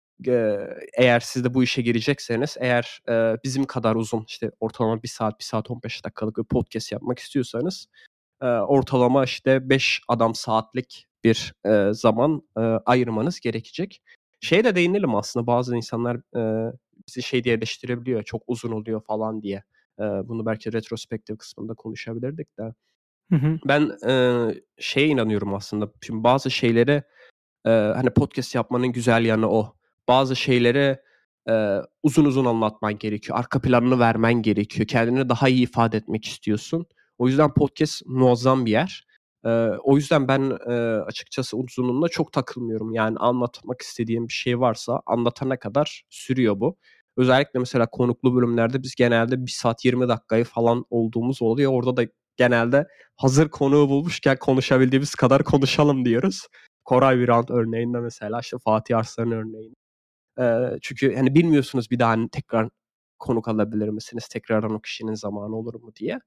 eğer siz de bu işe girecekseniz, eğer bizim kadar uzun, işte ortalama 1 saat, 1 saat 15 dakikalık bir podcast yapmak istiyorsanız, ortalama işte 5 adam saatlik bir zaman ayırmanız gerekecek. Şeye de değinelim aslında, bazı insanlar bizi şey diye eleştirebiliyor, çok uzun oluyor falan diye. Bunu belki retrospektif kısmında konuşabilirdik de. Hı hı. Ben şeye inanıyorum aslında. Şimdi bazı şeyleri, hani podcast yapmanın güzel yanı o. Bazı şeyleri uzun uzun anlatman gerekiyor. Arka planını vermen gerekiyor. Kendini daha iyi ifade etmek istiyorsun. O yüzden podcast muazzam bir yer. O yüzden ben açıkçası uzunluğuna çok takılmıyorum. Yani anlatmak istediğim bir şey varsa anlatana kadar sürüyor bu. Özellikle mesela konuklu bölümlerde biz genelde 1 saat 20 dakikayı falan olduğumuz oluyor. Orada da genelde hazır konuğu bulmuşken konuşabildiğimiz kadar konuşalım diyoruz. Koray Birant örneğinde mesela, işte Fatih Arslan örneğinde. Çünkü hani bilmiyorsunuz bir daha hani tekrar konuk alabilir misiniz? Tekrardan o kişinin zamanı olur mu diye.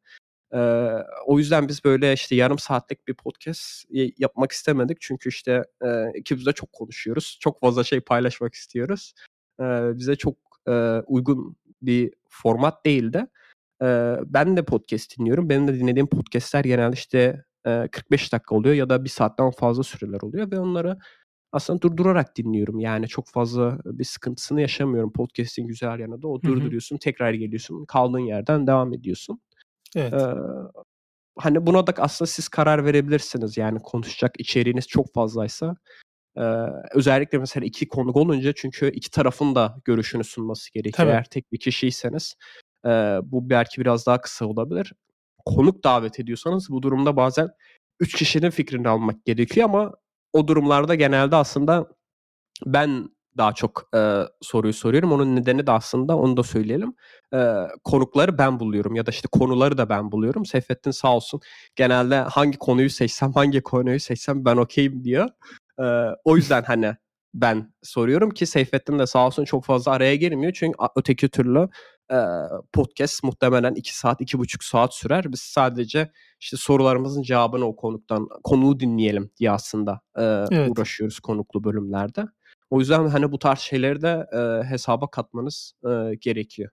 O yüzden biz böyle işte yarım saatlik bir podcast yapmak istemedik. Çünkü işte ikimiz de çok konuşuyoruz. Çok fazla şey paylaşmak istiyoruz. Bize çok uygun bir format değildi. Ben de podcast dinliyorum. Benim de dinlediğim podcastler genelde işte 45 dakika oluyor ya da 1 saatten fazla süreler oluyor ve onları aslında durdurarak dinliyorum. Yani çok fazla bir sıkıntısını yaşamıyorum. Podcast'in güzel yanı da o, Hı hı. durduruyorsun, tekrar geliyorsun, kaldığın yerden devam ediyorsun. Evet. Eee, Hani buna da aslında siz karar verebilirsiniz. Yani konuşacak içeriğiniz çok fazlaysa, özellikle mesela 2 konuk olunca, çünkü 2 tarafın da görüşünü sunması gerekiyor. Tabii. Eğer tek bir kişiyseniz bu belki biraz daha kısa olabilir. Konuk davet ediyorsanız bu durumda bazen 3 kişinin fikrini almak gerekiyor ama o durumlarda genelde aslında ben daha çok soruyu soruyorum. Onun nedeni de aslında, onu da söyleyelim, konukları ben buluyorum ya da işte konuları da ben buluyorum. Seyfettin sağ olsun genelde hangi konuyu seçsem ben okeyim diyor. O yüzden hani ben soruyorum ki Seyfettin de sağ olsun çok fazla araya girmiyor. Çünkü öteki türlü podcast muhtemelen 2 saat, 2,5 saat sürer. Biz sadece işte sorularımızın cevabını o konuğu dinleyelim diye aslında Evet. uğraşıyoruz konuklu bölümlerde. O yüzden hani bu tarz şeyleri de hesaba katmanız gerekiyor.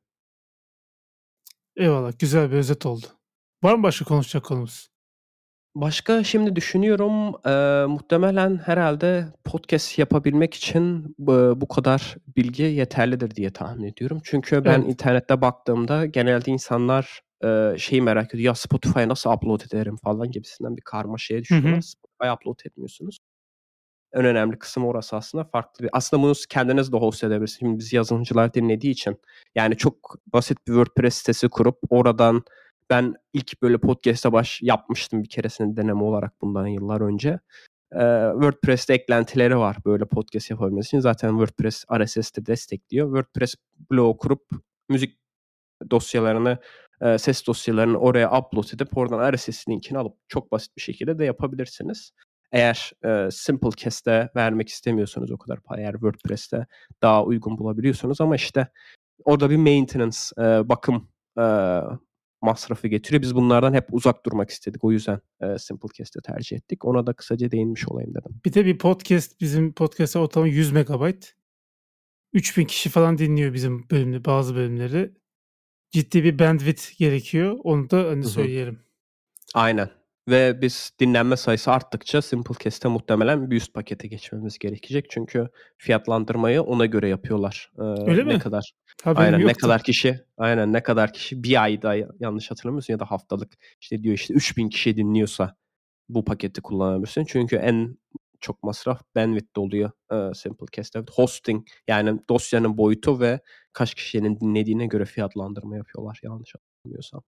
Eyvallah. Güzel bir özet oldu. Var mı başka konuşacak konumuz? Başka şimdi düşünüyorum, muhtemelen herhalde podcast yapabilmek için bu kadar bilgi yeterlidir diye tahmin ediyorum. Çünkü ben Evet. internette baktığımda genelde insanlar şeyi merak ediyor. Ya Spotify'a nasıl upload ederim falan gibisinden bir karmaşaya Hı düşüyorlar. hı. Spotify'a upload etmiyorsunuz. En önemli kısım orası aslında. Aslında bunu kendiniz de host edebilirsiniz. Şimdi biz yazılımcılar dinlediği için, yani çok basit bir WordPress sitesi kurup oradan, ben ilk böyle podcast'a yapmıştım bir keresinde deneme olarak bundan yıllar önce. WordPress'te eklentileri var böyle podcast yapabilmesi için. Zaten WordPress RSS'te destekliyor. WordPress bloğu kurup müzik dosyalarını, ses dosyalarını oraya upload edip oradan RSS linkini alıp çok basit bir şekilde de yapabilirsiniz. Eğer Simplecast'e vermek istemiyorsanız o kadar para, eğer WordPress'te daha uygun bulabiliyorsunuz, ama işte orada bir maintenance, bakım masrafı getiriyor. Biz bunlardan hep uzak durmak istedik. O yüzden Simplecast'ı tercih ettik. Ona da kısaca değinmiş olayım dedim. Bir de bir podcast, bizim podcast'a ortalama 100 megabayt. 3000 kişi falan dinliyor bizim bazı bölümleri. Ciddi bir bandwidth gerekiyor. Onu da hani Hı hı. söyleyelim. Aynen. Ve biz dinlenme sayısı arttıkça Simplecast'e muhtemelen bir üst pakete geçmemiz gerekecek. Çünkü fiyatlandırmayı ona göre yapıyorlar. Öyle Ne mi? kadar Haberim aynen ne yoktu. kadar kişi aynen ne kadar kişi bir ayda, yanlış hatırlamıyorsun, ya da haftalık, işte diyor işte 3000 kişi dinliyorsa bu paketi kullanabilirsin. Çünkü en çok masraf bandwidth oluyor Simplecast'te. Hosting, yani dosyanın boyutu ve kaç kişinin dinlediğine göre fiyatlandırma yapıyorlar, yanlış hatırlamıyorsam.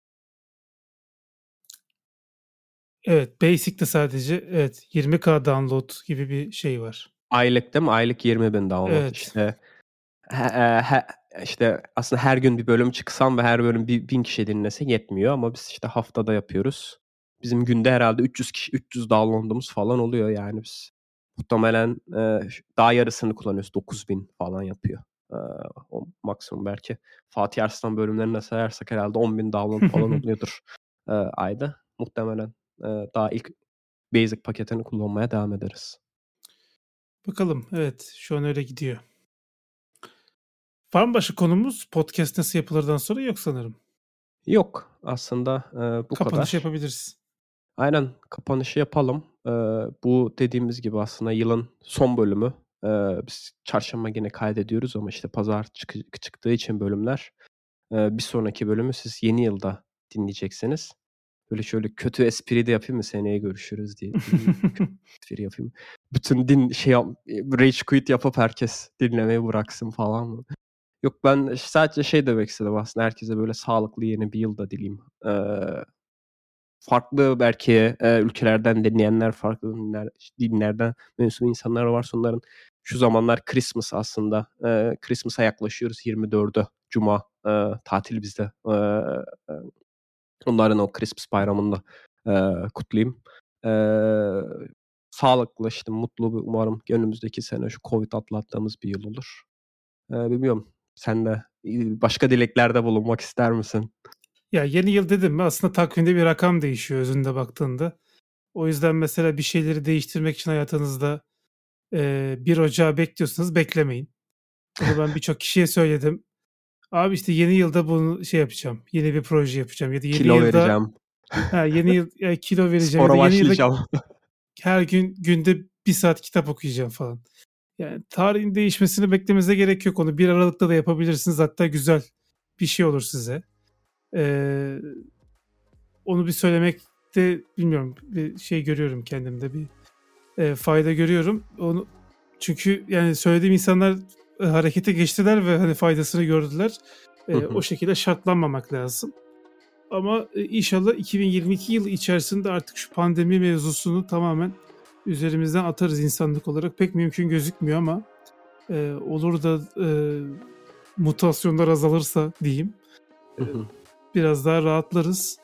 Evet. Basic'te sadece evet 20K download gibi bir şey var. Aylık değil mi? Aylık 20.000 download. Evet. İşte işte aslında her gün bir bölüm çıksam ve her bölüm 1000 kişi dinlese yetmiyor, ama biz işte haftada yapıyoruz. Bizim günde herhalde 300 kişi, 300 download'umuz falan oluyor yani biz. Muhtemelen daha yarısını kullanıyoruz. 9.000 falan yapıyor. Eee, O maksimum belki. Fatih Arslan bölümlerini sayarsak herhalde 10.000 download falan oluyordur ayda. Muhtemelen daha ilk Basic paketini kullanmaya devam ederiz. Bakalım. Evet. Şu an öyle gidiyor. Var mı başka konumuz? Podcast nasıl yapılırdan sonra yok sanırım. Yok. Aslında bu Kapanış kadar. yapabiliriz. Aynen. Kapanışı yapalım. Bu dediğimiz gibi aslında yılın son bölümü. Biz çarşamba yine kaydediyoruz ama işte pazar çıktığı için bölümler. Bir sonraki bölümü siz yeni yılda dinleyeceksiniz. Böyle şöyle kötü espri de yapayım mı? Seneye görüşürüz diye. Espri yapayım. Bütün rage quit yapıp herkes dinlemeyi bıraksın falan mı? Yok, ben sadece demek istedim aslında. Herkese böyle sağlıklı yeni bir yıl da dileyim. Farklı belki ülkelerden dinleyenler, farklı dinlerden mensup insanlar varsa onların şu zamanlar Christmas aslında. Christmas'a yaklaşıyoruz. 24'ü Cuma tatil bizde. Onların o Christmas bayramını da kutlayayım. Sağlıklı, işte mutlu, umarım önümüzdeki sene şu Covid atlattığımız bir yıl olur. Bilmiyorum. Sen de başka dileklerde bulunmak ister misin? Ya yeni yıl dedim mi aslında takvimde bir rakam değişiyor özünde baktığında. O yüzden mesela bir şeyleri değiştirmek için hayatınızda 1 Ocağı bekliyorsanız beklemeyin. Bunu ben birçok kişiye söyledim. Abi işte yeni yılda bunu yapacağım. Yeni bir proje yapacağım ya da yeni Kilo yılda vereceğim. yeni yıl kilo vereceğim ya Spora da yeni yılda başlayacağım. her gün günde 1 saat kitap okuyacağım falan. Yani tarihin değişmesini beklemenize gerek yok. Onu 1 Aralık'ta da yapabilirsiniz. Hatta güzel bir şey olur size. Onu bir söylemekte bilmiyorum bir şey görüyorum kendimde bir fayda görüyorum. Onu çünkü yani söylediğim insanlar harekete geçtiler ve hani faydasını gördüler. O şekilde şartlanmamak lazım. Ama inşallah 2022 yılı içerisinde artık şu pandemi mevzusunu tamamen üzerimizden atarız insanlık olarak. Pek mümkün gözükmüyor ama olur da mutasyonlar azalırsa diyeyim. Biraz daha rahatlarız.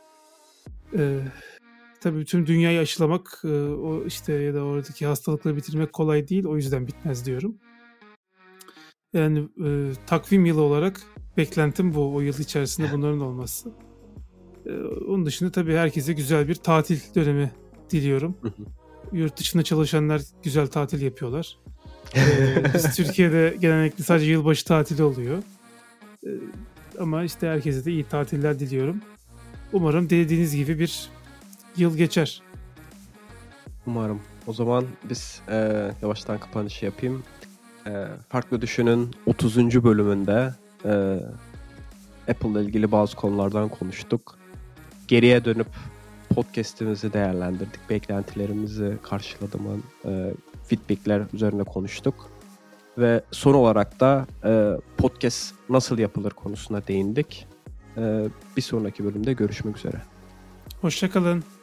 Tabii tüm dünyayı aşılamak o işte ya da oradaki hastalıkları bitirmek kolay değil. O yüzden bitmez diyorum. Yani takvim yılı olarak beklentim bu. O yıl içerisinde bunların olması. Onun dışında tabii herkese güzel bir tatil dönemi diliyorum. Yurt dışında çalışanlar güzel tatil yapıyorlar. Biz Türkiye'de genellikle sadece yılbaşı tatili oluyor. Ama işte herkese de iyi tatiller diliyorum. Umarım dediğiniz gibi bir yıl geçer. Umarım. O zaman biz yavaştan kapanışı yapayım. Farklı Düşün'ün 30. bölümünde Apple ile ilgili bazı konulardan konuştuk. Geriye dönüp podcast'imizi değerlendirdik. Beklentilerimizi karşıladığımın feedbackler üzerine konuştuk. Ve son olarak da podcast nasıl yapılır konusuna değindik. Bir sonraki bölümde görüşmek üzere. Hoşça kalın.